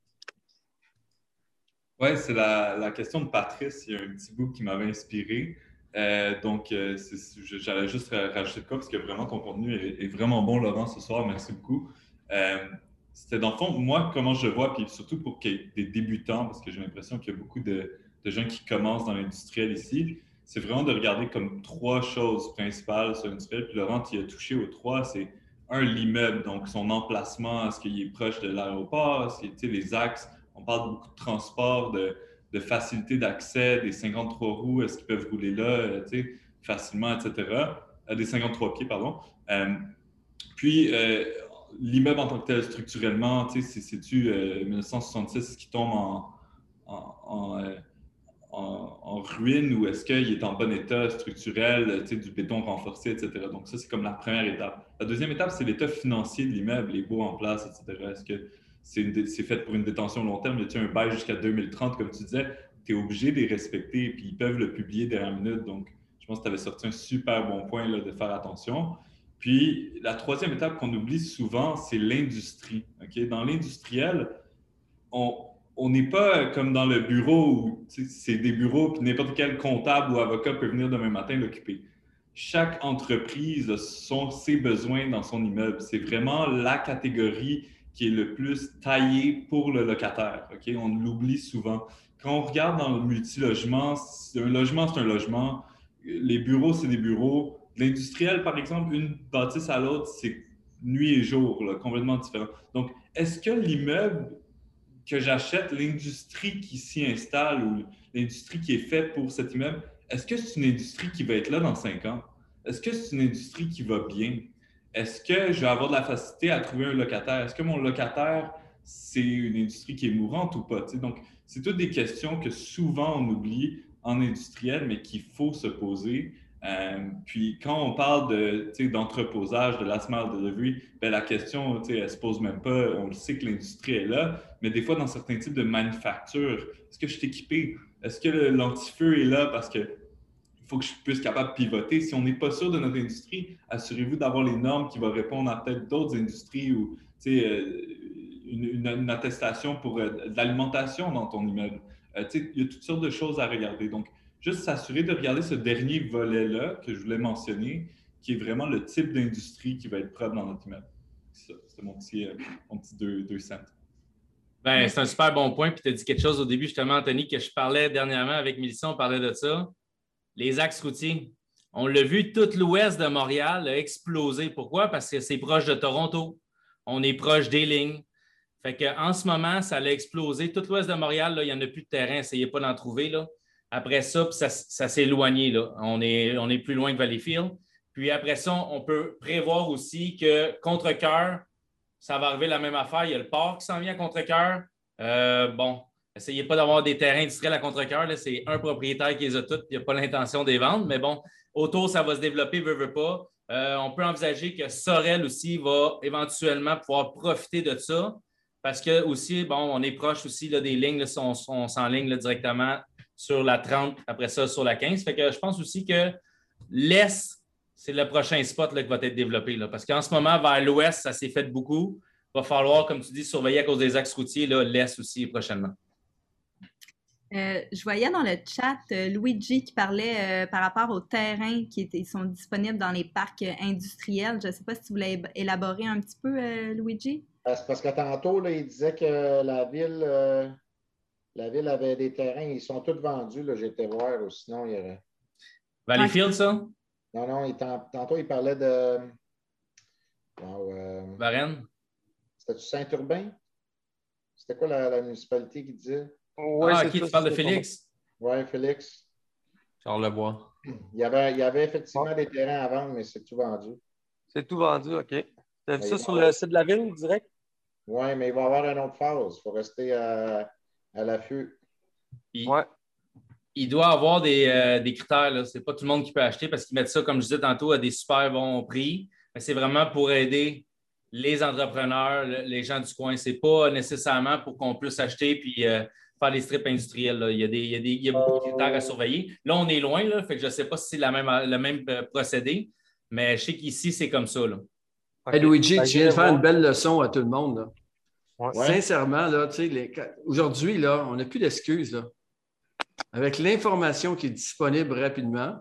Oui, c'est la question de Patrice. Il y a un petit bout qui m'avait inspiré. J'allais juste rajouter de quoi parce que vraiment ton contenu est vraiment bon, Laurent, ce soir. Merci beaucoup. C'était dans le fond, moi, comment je vois, puis surtout pour qu'il y ait des débutants, parce que j'ai l'impression qu'il y a beaucoup de gens qui commencent dans l'industriel ici, c'est vraiment de regarder comme 3 choses principales sur l'industriel. Puis Laurent, tu y as touché aux 3, c'est l'immeuble, donc son emplacement, est-ce qu'il est proche de l'aéroport, est-ce que les axes, on parle beaucoup de transport, de facilité d'accès, des 53 roues, est-ce qu'ils peuvent rouler là facilement, etc. Des 53 pieds, pardon. Puis, l'immeuble en tant que tel, structurellement, c'est-tu 1966 qui tombe en ruine ou est-ce qu'il est en bon état structurel, du béton renforcé, etc. Donc, ça, c'est comme la première étape. La deuxième étape, c'est l'état financier de l'immeuble, les baux en place, etc. Est-ce que c'est fait pour une détention long terme? Y a-t-il un bail jusqu'à 2030, comme tu disais? Tu es obligé de les respecter, puis ils peuvent le publier dernière minute. Donc, je pense que tu avais sorti un super bon point là, de faire attention. Puis, la troisième étape qu'on oublie souvent, c'est l'industrie. Okay? Dans l'industriel, on n'est pas comme dans le bureau où c'est des bureaux, puis n'importe quel comptable ou avocat peut venir demain matin l'occuper. Chaque entreprise a ses besoins dans son immeuble. C'est vraiment la catégorie qui est le plus taillée pour le locataire. Okay? On l'oublie souvent. Quand on regarde dans le multilogement, un logement, c'est un logement. Les bureaux, c'est des bureaux. L'industriel, par exemple, une bâtisse à l'autre, c'est nuit et jour, là, complètement différent. Donc, est-ce que l'immeuble que j'achète, l'industrie qui s'y installe ou l'industrie qui est faite pour cet immeuble, est-ce que c'est une industrie qui va être là dans 5 ans? Est-ce que c'est une industrie qui va bien? Est-ce que je vais avoir de la facilité à trouver un locataire? Est-ce que mon locataire, c'est une industrie qui est mourante ou pas? T'sais? Donc, c'est toutes des questions que souvent on oublie en industriel, mais qu'il faut se poser. Puis quand on parle d'entreposage, de last mile delivery, bien, la question, elle ne se pose même pas. On le sait que l'industrie est là, mais des fois, dans certains types de manufactures, est-ce que je suis équipé? Est-ce que l'antifeu est là parce qu'il faut que je puisse être capable de pivoter? Si on n'est pas sûr de notre industrie, assurez-vous d'avoir les normes qui vont répondre à peut-être d'autres industries ou une attestation pour de l'alimentation dans ton immeuble. Il y a toutes sortes de choses à regarder. Donc, juste s'assurer de regarder ce dernier volet-là que je voulais mentionner, qui est vraiment le type d'industrie qui va être propre dans notre immeuble. C'est mon petit 2 cents. Ben, c'est un super bon point. Puis tu as dit quelque chose au début, justement, Anthony, que je parlais dernièrement avec Mélissa, on parlait de ça. Les axes routiers. On l'a vu, tout l'ouest de Montréal a explosé. Pourquoi? Parce que c'est proche de Toronto. On est proche des lignes. Fait qu'en ce moment, ça a explosé. Tout l'ouest de Montréal, là, il n'y en a plus de terrain. Essayez pas d'en trouver. Là. Après ça, ça s'est éloigné. Là. On est plus loin que Valleyfield. Puis après ça, on peut prévoir aussi que Contrecœur, ça va arriver la même affaire. Il y a le port qui s'en vient à Contrecœur. Essayez pas d'avoir des terrains industriels à Contrecœur. C'est un propriétaire qui les a toutes. Il n'a pas l'intention de les vendre. Mais bon, autour, ça va se développer, veut pas. On peut envisager que Sorel aussi va éventuellement pouvoir profiter de ça. Parce que aussi, on est proche aussi là, des lignes. Là, on s'enligne là, directement sur la 30, après ça, sur la 15. Fait que je pense aussi que l'Est, c'est le prochain spot là, qui va être développé. Là, parce qu'en ce moment, vers l'Ouest, ça s'est fait beaucoup. Il va falloir, comme tu dis, surveiller à cause des axes routiers, l'Est aussi prochainement. Je voyais dans le chat Luigi qui parlait par rapport aux terrains qui sont disponibles dans les parcs industriels. Je ne sais pas si tu voulais élaborer un petit peu, Luigi. C'est parce que tantôt, là, il disait que la ville avait des terrains, ils sont tous vendus. Là, j'ai été voir, ou sinon, il y aurait. Valleyfield, ça? Non, non, tantôt, il parlait de. Wow, Varennes? c'était-tu Saint-Urbain? C'était quoi la municipalité qui disait? Ouais, c'est OK, ça, tu parles de c'est Félix? Oui, Félix. Charlevoix. Il y avait effectivement des terrains à vendre, mais c'est tout vendu. C'est tout vendu, OK. Tu as vu Mais ça sur le site de la ville, direct? Oui, mais il va y avoir une autre phase. Il faut rester à l'affût. Puis, Ouais. il doit avoir des critères. Ce n'est pas tout le monde qui peut acheter parce qu'ils mettent ça, comme je disais tantôt, à des super bons prix. Mais c'est vraiment pour aider les entrepreneurs, les gens du coin. Ce n'est pas nécessairement pour qu'on puisse acheter puis faire les strips industriels. Là. Il y a beaucoup de critères à surveiller. Là, on est loin, là, fait que je ne sais pas si c'est le même procédé, mais je sais qu'ici, c'est comme ça. Là. Hey, Luigi, Ben, tu viens de faire voir. une belle leçon à tout le monde. Là. Ouais. Sincèrement, là, aujourd'hui, là, on n'a plus d'excuses. Là. Avec l'information qui est disponible rapidement,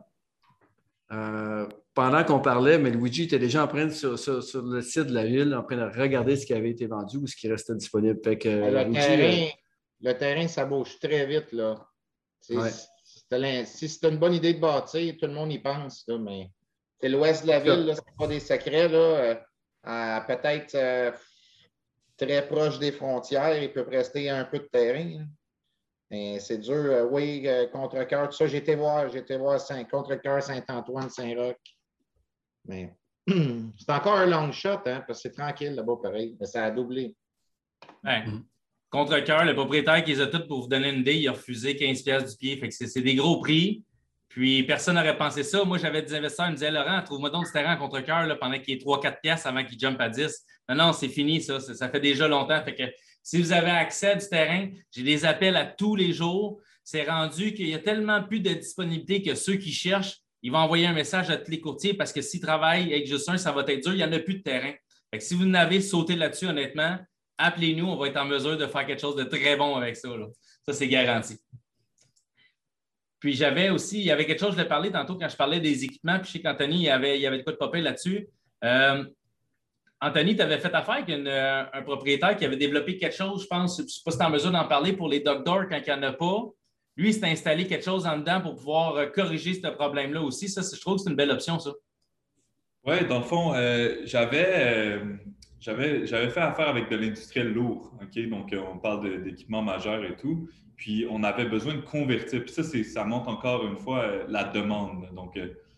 pendant qu'on parlait, mais Luigi était déjà en train sur le site de la ville, en train de regarder ce qui avait été vendu ou ce qui restait disponible. Fait que, Le terrain, ça bouge très vite. Là. Ouais. Si c'est une bonne idée de bâtir, tout le monde y pense. Là, mais c'est l'ouest de la ville, ce n'est pas des secrets. Là, peut-être très proche des frontières, il peut rester un peu de terrain. Là. Mais c'est dur. Oui, Contrecœur, tout ça, j'ai été voir Contrecœur, Saint-Antoine, Saint-Roch. Mais c'est encore un long shot, hein, parce que c'est tranquille là-bas, pareil. Mais ça a doublé. Ouais. Contre-cœur, le propriétaire qui les a toutes, pour vous donner une idée, il a refusé 15$ du pied. Fait que c'est des gros prix. Puis personne n'aurait pensé ça. Moi, j'avais des investisseurs qui me disaient Laurent, trouve-moi donc du terrain en contre-cœur pendant qu'il y ait 3-4$ avant qu'il jump à 10. Non, c'est fini, ça. Ça fait déjà longtemps. Fait que si vous avez accès à du terrain, j'ai des appels à tous les jours. C'est rendu qu'il y a tellement plus de disponibilité que ceux qui cherchent, ils vont envoyer un message à tous les courtiers parce que s'ils travaillent avec juste un, ça va être dur. Il n'y en a plus de terrain. Fait que si vous n'avez sauté là-dessus, honnêtement, appelez-nous, on va être en mesure de faire quelque chose de très bon avec ça. Là. Ça, c'est garanti. Puis il y avait quelque chose, je l'ai parlé tantôt quand je parlais des équipements, puis je sais qu'Anthony, il y avait de quoi de popper là-dessus. Anthony, tu avais fait affaire avec un propriétaire qui avait développé quelque chose, je pense, je ne sais pas si tu es en mesure d'en parler pour les dog doors quand il n'y en a pas. Lui, il s'est installé quelque chose en dedans pour pouvoir corriger ce problème-là aussi. Ça, je trouve que c'est une belle option, ça. Oui, dans le fond, j'avais fait affaire avec de l'industriel lourd. OK? Donc, on parle d'équipements majeurs et tout. Puis, on avait besoin de convertir. Puis ça montre encore une fois la demande. Donc,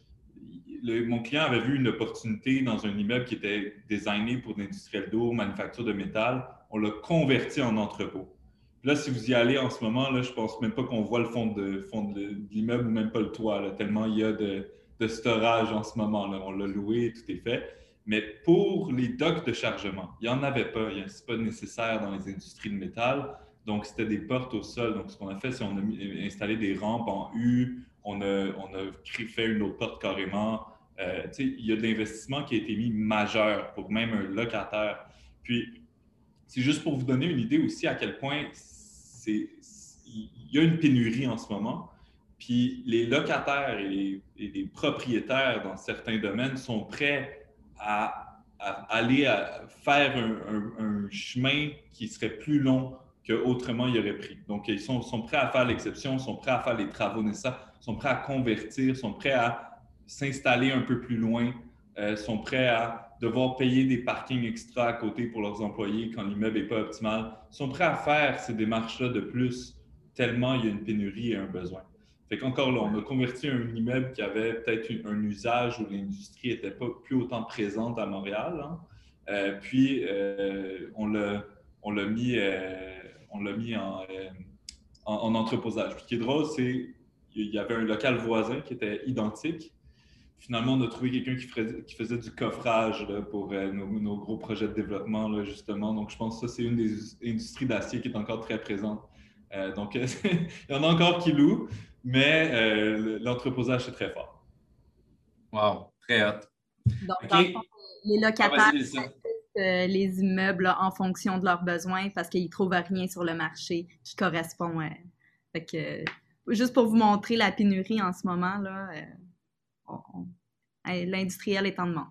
mon client avait vu une opportunité dans un immeuble qui était designé pour de l'industriel lourd, manufacture de métal. On l'a converti en entrepôt. Puis là, si vous y allez en ce moment, là, je ne pense même pas qu'on voit le fond de l'immeuble ou même pas le toit, là, tellement il y a de storage en ce moment. Là. On l'a loué, tout est fait. Mais pour les docks de chargement, il n'y en avait pas. Ce n'est pas nécessaire dans les industries de métal. Donc, c'était des portes au sol. Donc, ce qu'on a fait, c'est qu'on a installé des rampes en U. On a fait une autre porte carrément. Il y a de l'investissement qui a été mis majeur pour même un locataire. Puis, c'est juste pour vous donner une idée aussi à quel point il y a une pénurie en ce moment. Puis les locataires et les propriétaires dans certains domaines sont prêts à aller faire un chemin qui serait plus long qu'autrement il aurait pris. Donc, ils sont prêts à faire l'exception, sont prêts à faire les travaux nécessaires, sont prêts à convertir, sont prêts à s'installer un peu plus loin, sont prêts à devoir payer des parkings extra à côté pour leurs employés quand l'immeuble n'est pas optimal, sont prêts à faire ces démarches-là de plus tellement il y a une pénurie et un besoin. Fait qu'encore là, on a converti un immeuble qui avait peut-être un usage où l'industrie n'était pas plus autant présente à Montréal. Hein. Puis, on l'a mis en entreposage. Puis, ce qui est drôle, c'est qu'il y avait un local voisin qui était identique. Finalement, on a trouvé quelqu'un qui faisait du coffrage là, pour nos gros projets de développement, là, justement. Donc, je pense que ça, c'est une des industries d'acier qui est encore très présente. Donc, il y en a encore qui louent, mais l'entreposage, c'est très fort. Wow, très hot. Donc, OK. dans le fond, les locataires les immeubles là, en fonction de leurs besoins parce qu'ils ne trouvent rien sur le marché qui correspond Fait que, juste pour vous montrer la pénurie en ce moment, là, l'industriel est en demande.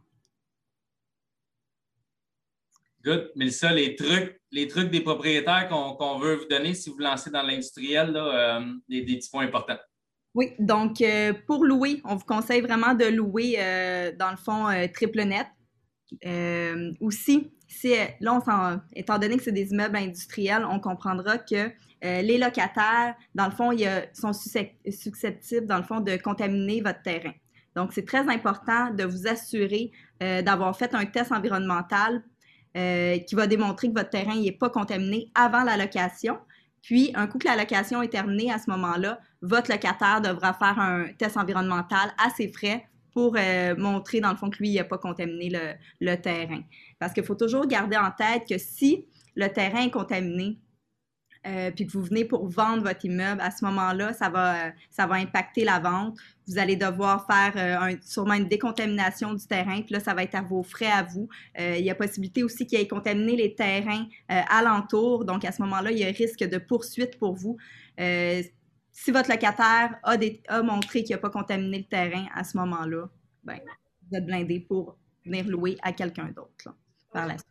Good. Mélissa, les trucs des propriétaires qu'on veut vous donner si vous vous lancez dans l'industriel, des petits points importants. Oui, donc pour louer, on vous conseille vraiment de louer, dans le fond, triple net. Aussi, là, étant donné que c'est des immeubles industriels, on comprendra que les locataires, dans le fond, sont susceptibles, dans le fond, de contaminer votre terrain. Donc, c'est très important de vous assurer d'avoir fait un test environnemental qui va démontrer que votre terrain n'est pas contaminé avant la location. Puis, un coup que la location est terminée, à ce moment-là, votre locataire devra faire un test environnemental à ses frais pour montrer, dans le fond, que lui, il n'a pas contaminé le terrain. Parce qu'il faut toujours garder en tête que si le terrain est contaminé, puis que vous venez pour vendre votre immeuble, à ce moment-là, ça va impacter la vente. Vous allez devoir faire sûrement une décontamination du terrain, puis là, ça va être à vos frais à vous. Il y a possibilité aussi qu'il ait contaminé les terrains alentours, donc à ce moment-là, il y a risque de poursuite pour vous. Si votre locataire a montré qu'il n'a pas contaminé le terrain à ce moment-là, ben, vous êtes blindé pour venir louer à quelqu'un d'autre par la suite.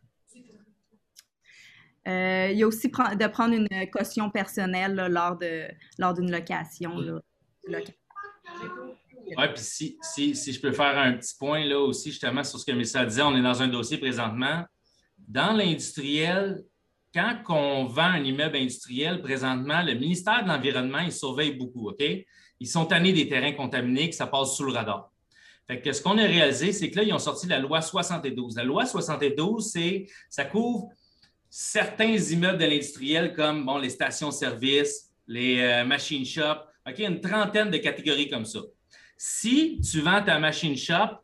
Il y a aussi de prendre une caution personnelle là, lors d'une location. Oui, puis si je peux faire un petit point là aussi, justement, sur ce que Mélissa disait, on est dans un dossier présentement. Dans l'industriel, quand on vend un immeuble industriel, présentement, le ministère de l'Environnement, il surveille beaucoup, OK? Ils sont tannés des terrains contaminés, que ça passe sous le radar. Fait que ce qu'on a réalisé, c'est que là, ils ont sorti la loi 72. La loi 72, ça couvre certains immeubles de l'industriel comme les stations-service, les machine shops. OK, une trentaine de catégories comme ça. Si tu vends ta machine shop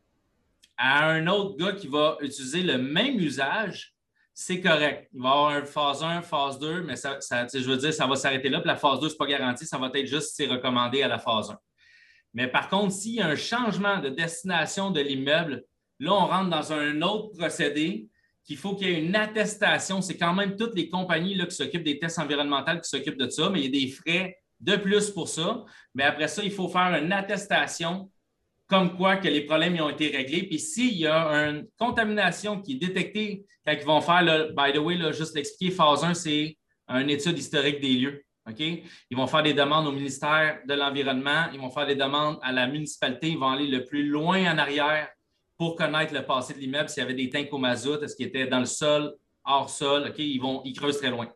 à un autre gars qui va utiliser le même usage, c'est correct. Il va y avoir un phase 1, phase 2, mais je veux dire, ça va s'arrêter là. Puis la phase 2, ce n'est pas garanti, ça va être juste si c'est recommandé à la phase 1. Mais par contre, s'il y a un changement de destination de l'immeuble, là, on rentre dans un autre procédé qu'il faut qu'il y ait une attestation. C'est quand même toutes les compagnies là, qui s'occupent des tests environnementaux qui s'occupent de ça, mais il y a des frais de plus pour ça. Mais après ça, il faut faire une attestation comme quoi que les problèmes ont été réglés. Puis s'il y a une contamination qui est détectée, quand ils vont faire, by the way, là, juste l'expliquer, phase 1, c'est une étude historique des lieux. Okay? Ils vont faire des demandes au ministère de l'Environnement, ils vont faire des demandes à la municipalité, ils vont aller le plus loin en arrière pour connaître le passé de l'immeuble, s'il y avait des tanks au mazout, est-ce qu'il était dans le sol, hors sol, OK, ils creusent très loin.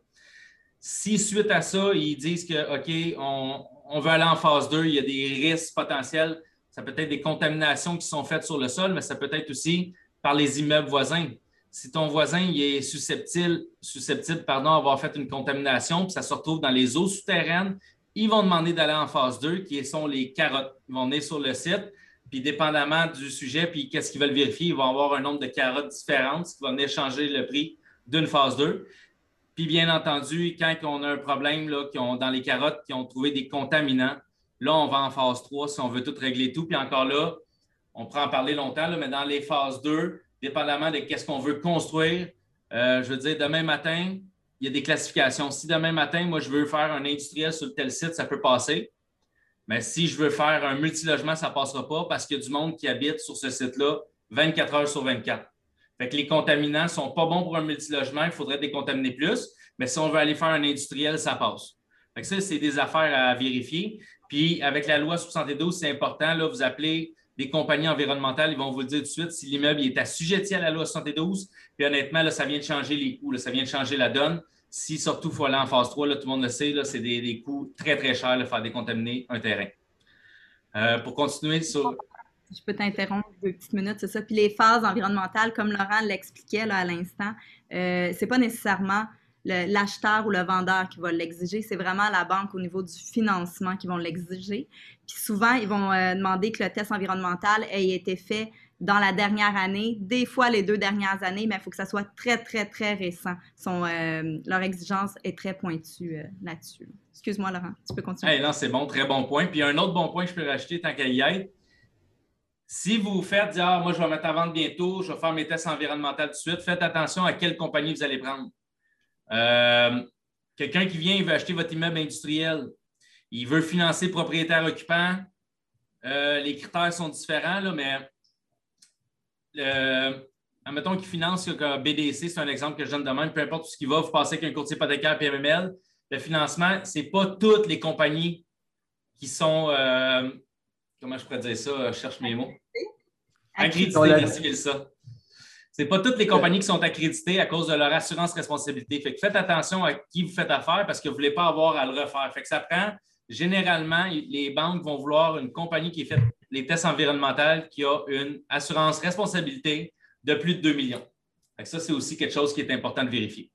Si suite à ça, ils disent que, OK, on veut aller en phase 2, il y a des risques potentiels, ça peut être des contaminations qui sont faites sur le sol, mais ça peut être aussi par les immeubles voisins. Si ton voisin il est susceptible d'avoir fait une contamination, puis ça se retrouve dans les eaux souterraines, ils vont demander d'aller en phase 2, qui sont les carottes. Ils vont venir sur le site, puis dépendamment du sujet, puis qu'est-ce qu'ils veulent vérifier, ils vont avoir un nombre de carottes différentes, ce qui va venir changer le prix d'une phase 2. Puis bien entendu, quand on a un problème là, dans les carottes qui ont trouvé des contaminants, là, on va en phase 3 si on veut tout régler tout. Puis encore là, on pourra en parler longtemps, là, mais dans les phases 2, dépendamment de qu'est-ce qu'on veut construire, je veux dire, demain matin, il y a des classifications. Si demain matin, moi, je veux faire un industriel sur tel site, ça peut passer. Mais si je veux faire un multilogement, ça ne passera pas parce qu'il y a du monde qui habite sur ce site-là 24 heures sur 24. Fait que les contaminants ne sont pas bons pour un multilogement, il faudrait décontaminer plus. Mais si on veut aller faire un industriel, ça passe. Fait que ça, c'est des affaires à vérifier. Puis avec la loi 72, c'est important, là, vous appelez des compagnies environnementales, ils vont vous le dire tout de suite si l'immeuble est assujetti à la loi 72. Puis honnêtement, là, ça vient de changer les coûts, là, ça vient de changer la donne. Si surtout il faut aller en phase 3, là, tout le monde le sait, là, c'est des coûts très, très chers de faire décontaminer un terrain. Pour continuer sur... Je peux t'interrompre 2 petites minutes, c'est ça. Puis les phases environnementales, comme Laurent l'expliquait là, à l'instant, c'est pas nécessairement l'acheteur ou le vendeur qui va l'exiger, c'est vraiment la banque au niveau du financement qui vont l'exiger. Puis souvent, ils vont demander que le test environnemental ait été fait dans la dernière année, des fois les 2 dernières années, mais il faut que ça soit très, très, très récent. Leur exigence est très pointue là-dessus. Excuse-moi, Laurent, tu peux continuer. Hey, non, c'est bon, très bon point. Puis un autre bon point que je peux rajouter tant qu'à y être, si vous faites dire, moi, je vais mettre à vendre bientôt, je vais faire mes tests environnementaux tout de suite, faites attention à quelle compagnie vous allez prendre. Quelqu'un qui vient, il veut acheter votre immeuble industriel. il veut financer propriétaire occupant. Les critères sont différents, là, mais admettons qu'il finance comme BDC, c'est un exemple que je donne de même, peu importe ce qu'il va, vous passez avec un courtier hypothécaire PMML. Le financement, ce n'est pas toutes les compagnies qui sont, comment je pourrais dire ça? Je cherche mes mots. Accréditées, merci Mélissa. Ce n'est pas toutes les compagnies qui sont accréditées à cause de leur assurance responsabilité. Fait que faites attention à qui vous faites affaire parce que vous ne voulez pas avoir à le refaire. Fait que ça prend, généralement, les banques vont vouloir une compagnie qui fait les tests environnementaux qui a une assurance responsabilité de plus de 2 millions. Fait que ça, c'est aussi quelque chose qui est important de vérifier.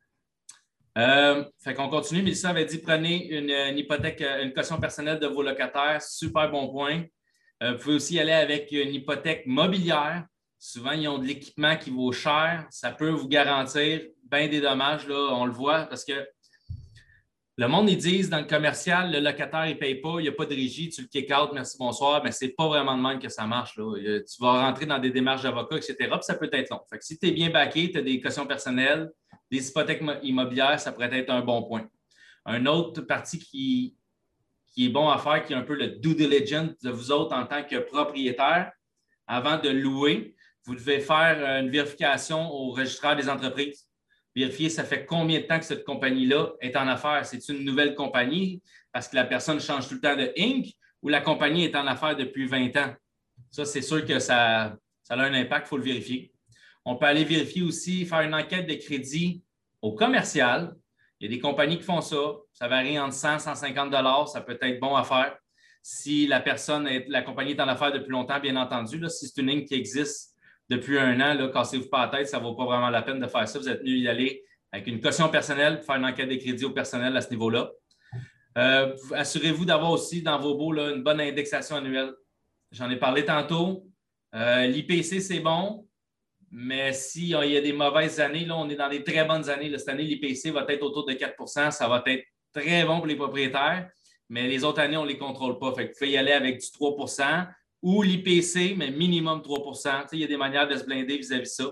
Fait qu'on continue. Mélissa avait dit prenez une hypothèque, une caution personnelle de vos locataires. Super bon point. Vous pouvez aussi aller avec une hypothèque mobilière. Souvent, ils ont de l'équipement qui vaut cher. Ça peut vous garantir bien des dommages. Là, on le voit parce que le monde, ils disent dans le commercial, le locataire, il ne paye pas, il n'y a pas de régie, tu le kick-out, merci, bonsoir, mais ce n'est pas vraiment de même que ça marche. Là. Tu vas rentrer dans des démarches d'avocat, etc., puis ça peut être long. Fait que si tu es bien backé, tu as des cautions personnelles, des hypothèques immobilières, ça pourrait être un bon point. Un autre partie qui est bon à faire, qui est un peu le due diligence de vous autres en tant que propriétaire, avant de louer, vous devez faire une vérification au registraire des entreprises. Vérifier, ça fait combien de temps que cette compagnie-là est en affaires. C'est une nouvelle compagnie parce que la personne change tout le temps de Inc. ou la compagnie est en affaires depuis 20 ans. Ça, c'est sûr que ça a un impact, il faut le vérifier. On peut aller vérifier aussi, faire une enquête de crédit au commercial. Il y a des compagnies qui font ça. Ça varie entre 100 et 150 $. Ça peut être bon à faire. Si la compagnie est en affaires depuis longtemps, bien entendu, là, si c'est une Inc. qui existe depuis 1 an, là, cassez-vous pas la tête, ça ne vaut pas vraiment la peine de faire ça. Vous êtes mieux y aller avec une caution personnelle pour faire une enquête de crédit au personnel à ce niveau-là. Assurez-vous d'avoir aussi dans vos baux là, une bonne indexation annuelle. J'en ai parlé tantôt. L'IPC, c'est bon, mais s'il y a des mauvaises années, là, on est dans des très bonnes années. Là, cette année, l'IPC va être autour de 4 %. Ça va être très bon pour les propriétaires, mais les autres années, on ne les contrôle pas. Fait que vous pouvez y aller avec du 3 % ou l'IPC, mais minimum 3 %. Il y a des manières de se blinder vis-à-vis de ça.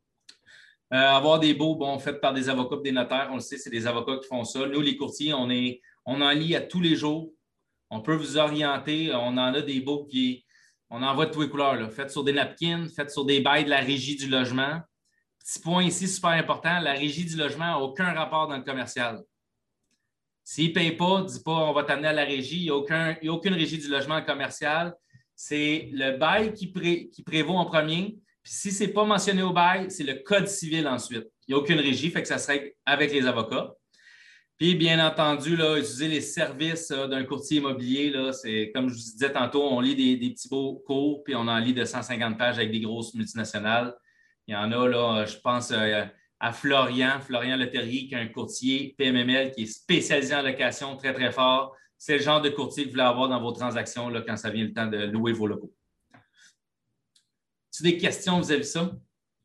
Avoir des baux, faits par des avocats et des notaires, on le sait, c'est des avocats qui font ça. Nous, les courtiers, on en lit à tous les jours. On peut vous orienter. On en a des baux on envoie de tous les couleurs. Là. Faites sur des napkins, faites sur des bails de la régie du logement. Petit point ici, super important, la régie du logement n'a aucun rapport dans le commercial. S'il ne paye pas, ne dit pas on va t'amener à la régie, il n'y a aucune régie du logement commercial. C'est le bail qui prévaut en premier. Puis si ce n'est pas mentionné au bail, c'est le code civil ensuite. Il n'y a aucune régie, fait que ça serait avec les avocats. Puis, bien entendu, là, utiliser les services d'un courtier immobilier, là, c'est comme je vous disais tantôt, on lit des petits beaux cours, puis on en lit de 150 pages avec des grosses multinationales. Il y en a, là, je pense à Florian Leterrier, qui est un courtier PMML qui est spécialisé en location très, très fort. C'est le genre de courtier que vous voulez avoir dans vos transactions là, quand ça vient le temps de louer vos locaux. As-tu des questions vis-à-vis de ça?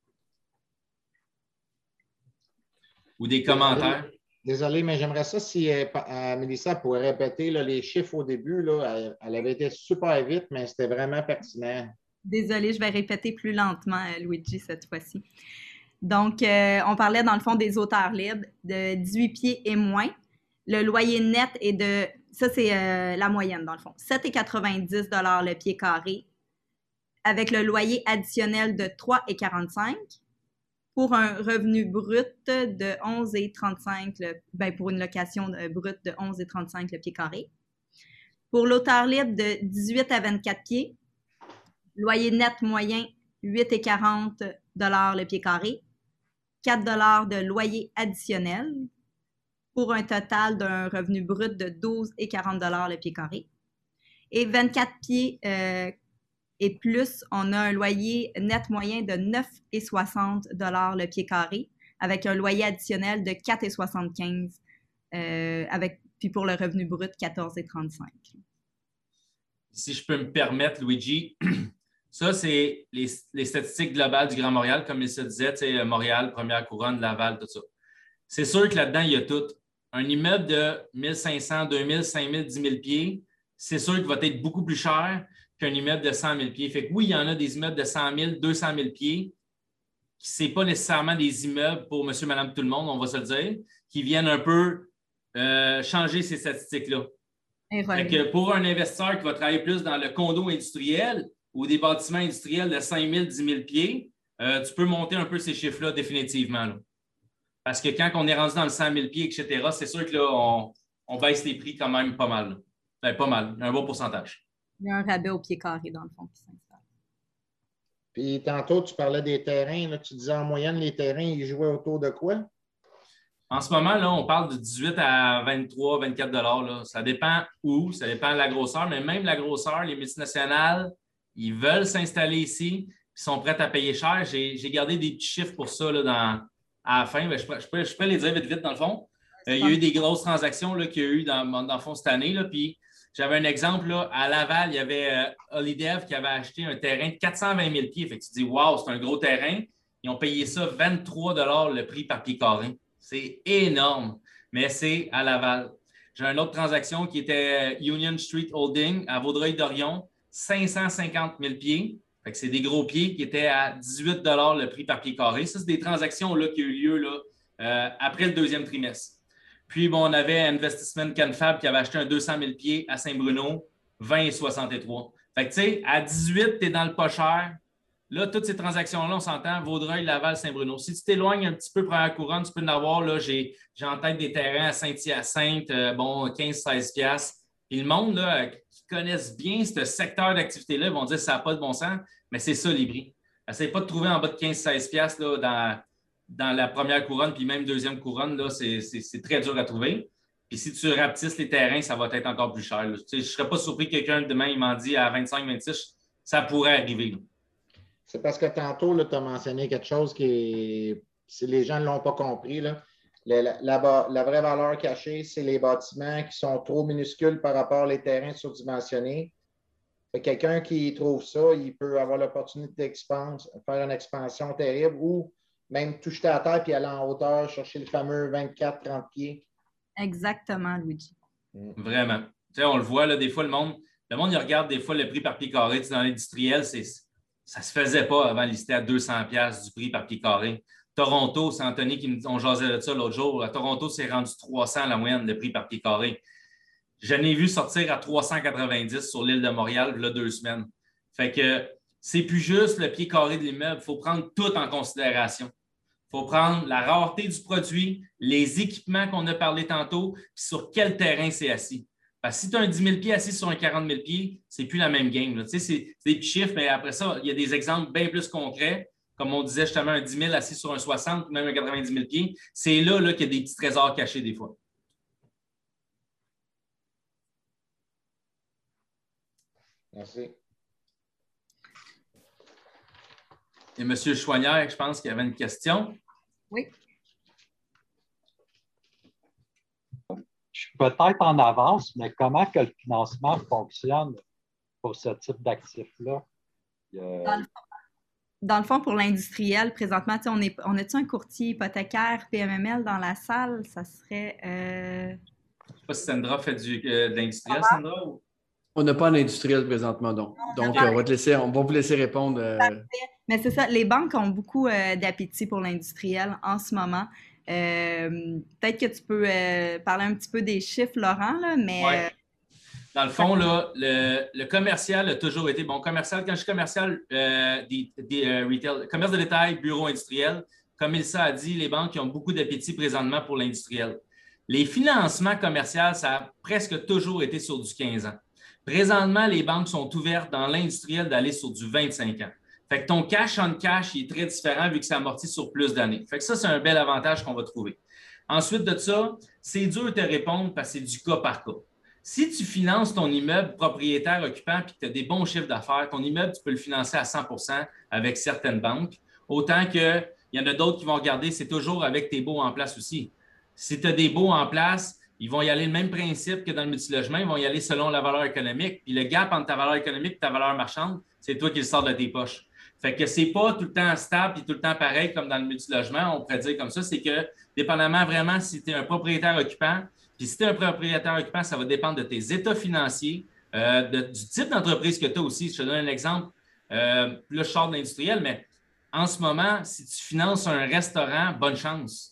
Ou des commentaires? Désolé, mais j'aimerais ça si Mélissa pourrait répéter là, les chiffres au début. Là, elle avait été super vite, mais c'était vraiment pertinent. Désolée, je vais répéter plus lentement, Luigi, cette fois-ci. Donc, on parlait dans le fond des hauteurs libres de 18 pieds et moins. Le loyer net est de, ça c'est la moyenne dans le fond, 7,90 $ le pied carré, avec le loyer additionnel de 3,45 $ pour un revenu brut de 11,35 pour une location brute de 11,35 $ le pied carré. Pour l'hauteur libre de 18 à 24 pieds, loyer net moyen 8,40 $ le pied carré, 4 $ de loyer additionnel pour un total d'un revenu brut de 12,40 $ le pied carré. Et 24 pieds et plus, on a un loyer net moyen de 9,60 $ le pied carré, avec un loyer additionnel de 4,75 $, puis pour le revenu brut, 14,35 $. Si je peux me permettre, Luigi, ça, c'est les statistiques globales du Grand Montréal, comme il se disait, Montréal, Première Couronne, Laval, tout ça. C'est sûr que là-dedans, il y a tout. Un immeuble de 1500, 2000, 5000, 10 000 pieds, c'est sûr qu'il va être beaucoup plus cher qu'un immeuble de 100 000 pieds. Fait que oui, il y en a des immeubles de 100 000, 200 000 pieds, ce n'est pas nécessairement des immeubles pour monsieur, madame, tout le monde, on va se le dire, qui viennent un peu changer ces statistiques-là. Erroné. Fait que pour un investisseur qui va travailler plus dans le condo industriel ou des bâtiments industriels de 5 000, 10 000 pieds, tu peux monter un peu ces chiffres-là définitivement. Là. Parce que quand on est rendu dans le 100 000 pieds, etc., c'est sûr que là, on baisse les prix quand même pas mal. Ben, pas mal, un bon pourcentage. Il y a un rabais au pied carré, dans le fond, qui s'installe. Puis tantôt, tu parlais des terrains. Là, tu disais en moyenne, les terrains, ils jouaient autour de quoi? En ce moment, là, on parle de 18 à 23, 24 $. Ça dépend où, ça dépend de la grosseur, mais même la grosseur, les multinationales, ils veulent s'installer ici, ils sont prêts à payer cher. J'ai gardé des petits chiffres pour ça là, à la fin. Ben, je peux les dire vite, dans le fond. Il y a eu des grosses transactions qu'il y a eu dans le fond cette année. Là, puis j'avais un exemple, là, à Laval, il y avait Holidev qui avait acheté un terrain de 420 000 pieds. Fait que tu te dis, wow, c'est un gros terrain. Ils ont payé ça 23 $ le prix par pied carré. C'est énorme, mais c'est à Laval. J'ai une autre transaction qui était Union Street Holding à Vaudreuil-Dorion, 550 000 pieds. Fait que c'est des gros pieds qui étaient à 18 $ le prix par pied carré. Ça, c'est des transactions là, qui ont eu lieu là, après le deuxième trimestre. Puis, bon, on avait Investissement Canfab qui avait acheté un 200 000 pieds à Saint-Bruno, 20,63. Fait que, tu sais, à 18, tu es dans le pas cher. Là, toutes ces transactions-là, on s'entend, Vaudreuil, Laval, Saint-Bruno. Si tu t'éloignes un petit peu première couronne, tu peux en avoir, là, j'ai en tête des terrains à Saint-Hyacinthe, 15-16 $. Puis le monde, là, qui connaissent bien ce secteur d'activité-là, ils vont dire que ça n'a pas de bon sens, mais c'est ça les prix. Essaye pas de trouver en bas de 15-16 $ là, dans la première couronne, puis même deuxième couronne, là, c'est très dur à trouver. Puis si tu rapetisses les terrains, ça va être encore plus cher. Je ne serais pas surpris que quelqu'un demain, il m'en dit à 25-26, ça pourrait arriver. Là. C'est parce que tantôt, tu as mentionné quelque chose si les gens ne l'ont pas compris, là, la vraie valeur cachée, c'est les bâtiments qui sont trop minuscules par rapport aux terrains surdimensionnés. Quelqu'un qui trouve ça, il peut avoir l'opportunité faire une expansion terrible ou même tout jeter à terre puis aller en hauteur, chercher le fameux 24-30 pieds. Exactement, Luigi. Vraiment. Tu sais, on le voit, là, des fois, le monde, il regarde des fois le prix par pied carré. Tu sais, dans l'industriel, ça ne se faisait pas avant lister à 200 $ du prix par pied carré. Toronto, c'est Anthony qui nous jasait de ça l'autre jour. À Toronto, c'est rendu 300 la moyenne de prix par pied carré. Je n'ai vu sortir à 390 sur l'île de Montréal il y a 2 semaines. Fait que c'est plus juste le pied carré de l'immeuble. Il faut prendre tout en considération. Il faut prendre la rareté du produit, les équipements qu'on a parlé tantôt, puis sur quel terrain c'est assis. Parce que si tu as un 10 000 pieds assis sur un 40 000 pieds, c'est plus la même game. Là. Tu sais, c'est des petits chiffres, mais après ça, il y a des exemples bien plus concrets. Comme on disait justement, un 10 000 assis sur un 60, même un 90 000 pieds. C'est là qu'il y a des petits trésors cachés des fois. Merci. Et M. Chouanière, je pense qu'il y avait une question. Oui. Je suis peut-être en avance, mais comment que le financement fonctionne pour ce type d'actifs-là? Dans le fond, pour l'industriel, présentement, on a-tu un courtier hypothécaire PMML dans la salle? Ça serait... Je ne sais pas si Sandra fait de l'industriel, Sandra? Ou... On n'a pas d'industriel présentement, donc on va vous laisser répondre. Mais c'est ça, les banques ont beaucoup d'appétit pour l'industriel en ce moment. Peut-être que tu peux parler un petit peu des chiffres, Laurent, là, mais... Ouais. Dans le fond, là, le commercial a toujours été... Bon, commercial, quand je suis commercial, retail, commerce de détail, bureau industriel, comme Ilsa a dit, les banques ont beaucoup d'appétit présentement pour l'industriel. Les financements commerciaux, ça a presque toujours été sur du 15 ans. Présentement, les banques sont ouvertes dans l'industriel d'aller sur du 25 ans. Fait que ton cash on cash, il est très différent vu que ça amortit sur plus d'années. Fait que ça, c'est un bel avantage qu'on va trouver. Ensuite de ça, c'est dur de te répondre parce que c'est du cas par cas. Si tu finances ton immeuble propriétaire occupant et que tu as des bons chiffres d'affaires, ton immeuble, tu peux le financer à 100 % avec certaines banques. Autant qu'il y en a d'autres qui vont regarder, c'est toujours avec tes baux en place aussi. Si tu as des baux en place, ils vont y aller le même principe que dans le multilogement, ils vont y aller selon la valeur économique. Puis le gap entre ta valeur économique et ta valeur marchande, c'est toi qui le sors de tes poches. Fait que c'est pas tout le temps stable et tout le temps pareil comme dans le multilogement, on pourrait dire comme ça. C'est que, dépendamment vraiment si tu es un propriétaire occupant, puis si tu es un propriétaire occupant, ça va dépendre de tes états financiers, du type d'entreprise que tu as aussi. Je te donne un exemple. Là, je sors de l'industriel, mais en ce moment, si tu finances un restaurant, bonne chance.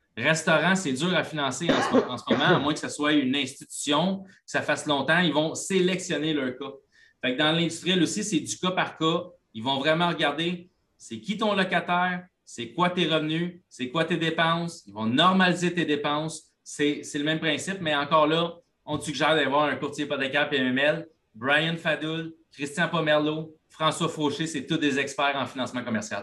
Restaurant, c'est dur à financer en ce moment, à moins que ce soit une institution, que ça fasse longtemps. Ils vont sélectionner leur cas. Fait que dans l'industriel aussi, c'est du cas par cas. Ils vont vraiment regarder c'est qui ton locataire, c'est quoi tes revenus, c'est quoi tes dépenses. Ils vont normaliser tes dépenses. C'est le même principe, mais encore là, on te suggère d'avoir un courtier hypothécaire PMML. Brian Fadoul, Christian Pomerleau, François Fauché, c'est tous des experts en financement commercial.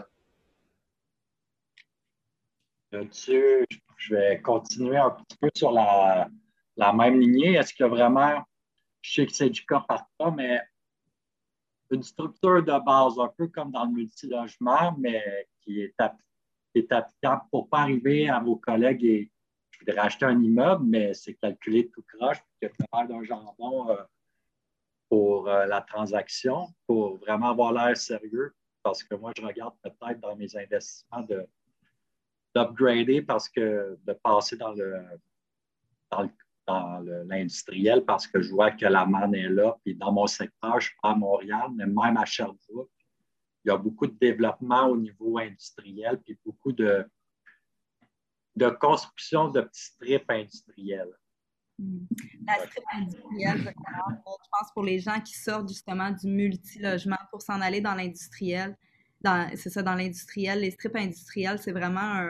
Là-dessus, je vais continuer un petit peu sur la même lignée. Est-ce que vraiment, je sais que c'est du cas par cas, mais une structure de base, un peu comme dans le multilogement, mais qui est applicable pour ne pas arriver à vos collègues et je voudrais acheter un immeuble, mais c'est calculé tout croche, puis qu'il y a d'un jambon pour la transaction, pour vraiment avoir l'air sérieux, parce que moi, je regarde peut-être dans mes investissements d'upgrader parce que de passer dans l'industriel parce que je vois que la manne est là. Puis dans mon secteur, je suis pas à Montréal, mais même à Sherbrooke, il y a beaucoup de développement au niveau industriel puis beaucoup de construction de petits strips industriels. La strip industrielle, je pense pour les gens qui sortent justement du multilogement pour s'en aller dans l'industriel. C'est ça, dans l'industriel, les strips industriels, c'est vraiment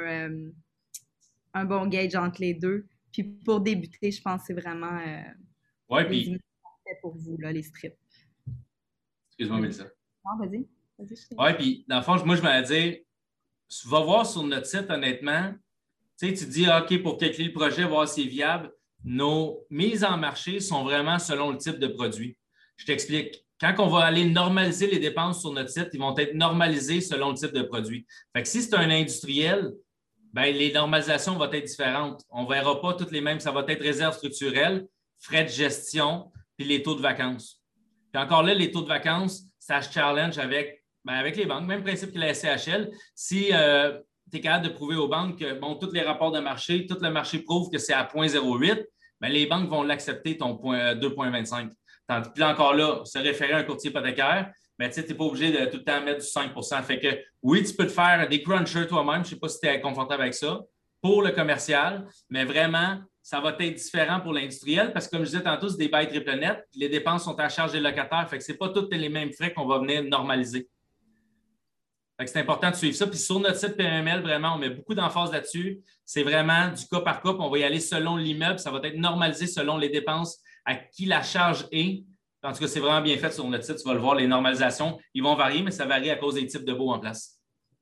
un bon gauge entre les deux. Puis pour débuter, je pense que c'est vraiment puis pour vous, là, les strips. Excuse-moi, Mélissa. Non, vas-y. Oui, puis dans le fond, moi, je me dis, va voir sur notre site, honnêtement. Tu sais, tu dis, OK, pour calculer le projet, voir si c'est viable. Nos mises en marché sont vraiment selon le type de produit. Je t'explique. Quand on va aller normaliser les dépenses sur notre site, ils vont être normalisés selon le type de produit. Fait que si c'est un industriel, bien, les normalisations vont être différentes. On ne verra pas toutes les mêmes. Ça va être réserve structurelle, frais de gestion, puis les taux de vacances. Puis encore là, les taux de vacances, ça se challenge avec les banques. Même principe que la SCHL. Si tu es capable de prouver aux banques que tous les rapports de marché, tout le marché prouve que c'est à 0,08, bien, les banques vont l'accepter, ton 2,25. Puis là, encore là, se référer à un courtier hypothécaire, mais tu n'es pas obligé de tout le temps mettre du 5 %. Fait que oui, tu peux te faire des crunchers toi-même. Je ne sais pas si tu es confortable avec ça pour le commercial, mais vraiment, ça va être différent pour l'industriel parce que, comme je disais tantôt, c'est des bails triple net. Les dépenses sont à charge des locataires. Fait que ce n'est pas tous les mêmes frais qu'on va venir normaliser. Fait que c'est important de suivre ça. Puis sur notre site PMML, vraiment, on met beaucoup d'emphase là-dessus. C'est vraiment du cas par cas. Puis on va y aller selon l'immeuble. Ça va être normalisé selon les dépenses à qui la charge est. En tout cas, c'est vraiment bien fait sur notre site. Tu vas le voir, les normalisations, ils vont varier, mais ça varie à cause des types de baux en place.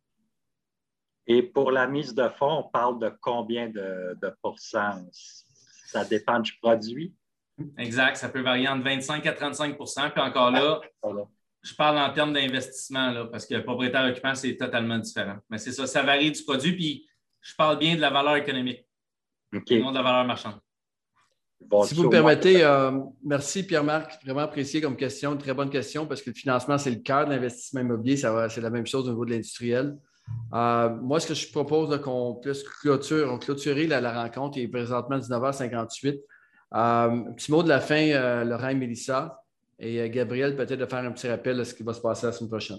Et pour la mise de fonds, on parle de combien de pourcents? Ça dépend du produit? Exact. Ça peut varier entre 25 à 35 %. Puis encore là, je parle en termes d'investissement, là, parce que le propriétaire occupant, c'est totalement différent. Mais c'est ça, ça varie du produit, puis je parle bien de la valeur économique, non de la valeur marchande. Si vous me permettez, merci Pierre-Marc, vraiment apprécié comme question, une très bonne question, parce que le financement, c'est le cœur de l'investissement immobilier, c'est la même chose au niveau de l'industriel. Moi, ce que je propose qu'on puisse clôturer la rencontre, il est présentement 19h58. Petit mot de la fin, Laurent et Mélissa. Et Gabriel, peut-être de faire un petit rappel de ce qui va se passer la semaine prochaine.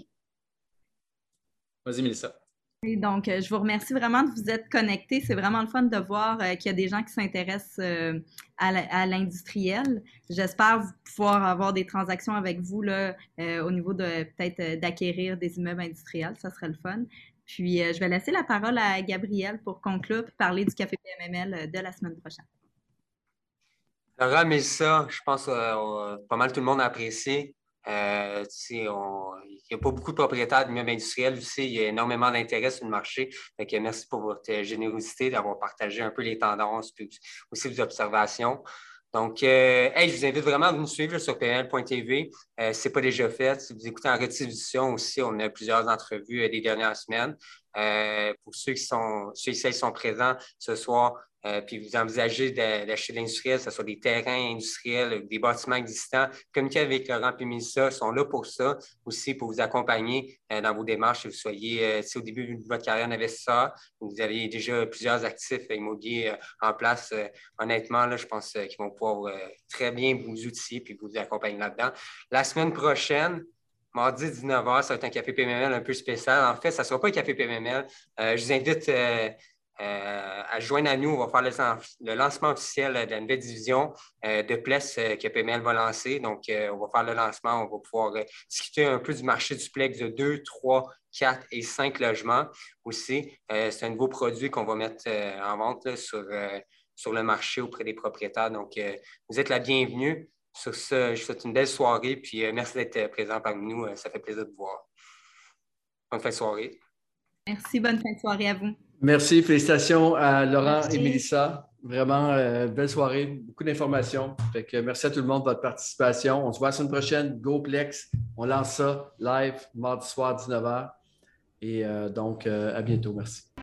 Vas-y, Mélissa. Et donc, je vous remercie vraiment de vous être connectés. C'est vraiment le fun de voir qu'il y a des gens qui s'intéressent à l'industriel. J'espère pouvoir avoir des transactions avec vous là, au niveau de peut-être d'acquérir des immeubles industriels. Ça serait le fun. Puis, je vais laisser la parole à Gabriel pour conclure et parler du Café PMML de la semaine prochaine. Laurent, mais ça, je pense que pas mal tout le monde a apprécié. Il n'y a pas beaucoup de propriétaires d'immeubles industriels aussi. Il y a énormément d'intérêt sur le marché. Donc, merci pour votre générosité d'avoir partagé un peu les tendances et aussi vos observations. Donc, je vous invite vraiment à nous suivre sur pml.tv. Ce n'est pas déjà fait. Si vous écoutez en rediffusion aussi, on a plusieurs entrevues des dernières semaines. Pour ceux qui sont présents ce soir, puis vous envisagez d'acheter de l'industriel, que ce soit des terrains industriels, des bâtiments existants, communiquez avec Laurent et Mélissa, sont là pour ça, aussi pour vous accompagner dans vos démarches. Si vous soyez au début de votre carrière d'investisseur, vous avez déjà plusieurs actifs immobiliers en place. Honnêtement, là, je pense qu'ils vont pouvoir très bien vous outiller puis vous accompagner là-dedans. La semaine prochaine, mardi 19h, ça va être un café PMML un peu spécial. En fait, ça ne sera pas un café PMML. Je vous invite à joindre à nous. On va faire le lancement officiel de la nouvelle division de Pless que PML va lancer. Donc, on va faire le lancement. On va pouvoir discuter un peu du marché duplex de 2, 3, 4 et 5 logements aussi. C'est un nouveau produit qu'on va mettre en vente là, sur le marché auprès des propriétaires. Donc, vous êtes la bienvenue. Sur ça, je vous souhaite une belle soirée. Puis, merci d'être présent parmi nous. Ça fait plaisir de vous voir. Bonne fin de soirée. Merci, bonne fin de soirée à vous. Merci, félicitations à Laurent Merci. et Mélissa. Vraiment, belle soirée, beaucoup d'informations. Fait que merci à tout le monde de votre participation. On se voit la semaine prochaine, GoPlex. On lance ça live mardi soir 19h. Et donc, à bientôt. Merci.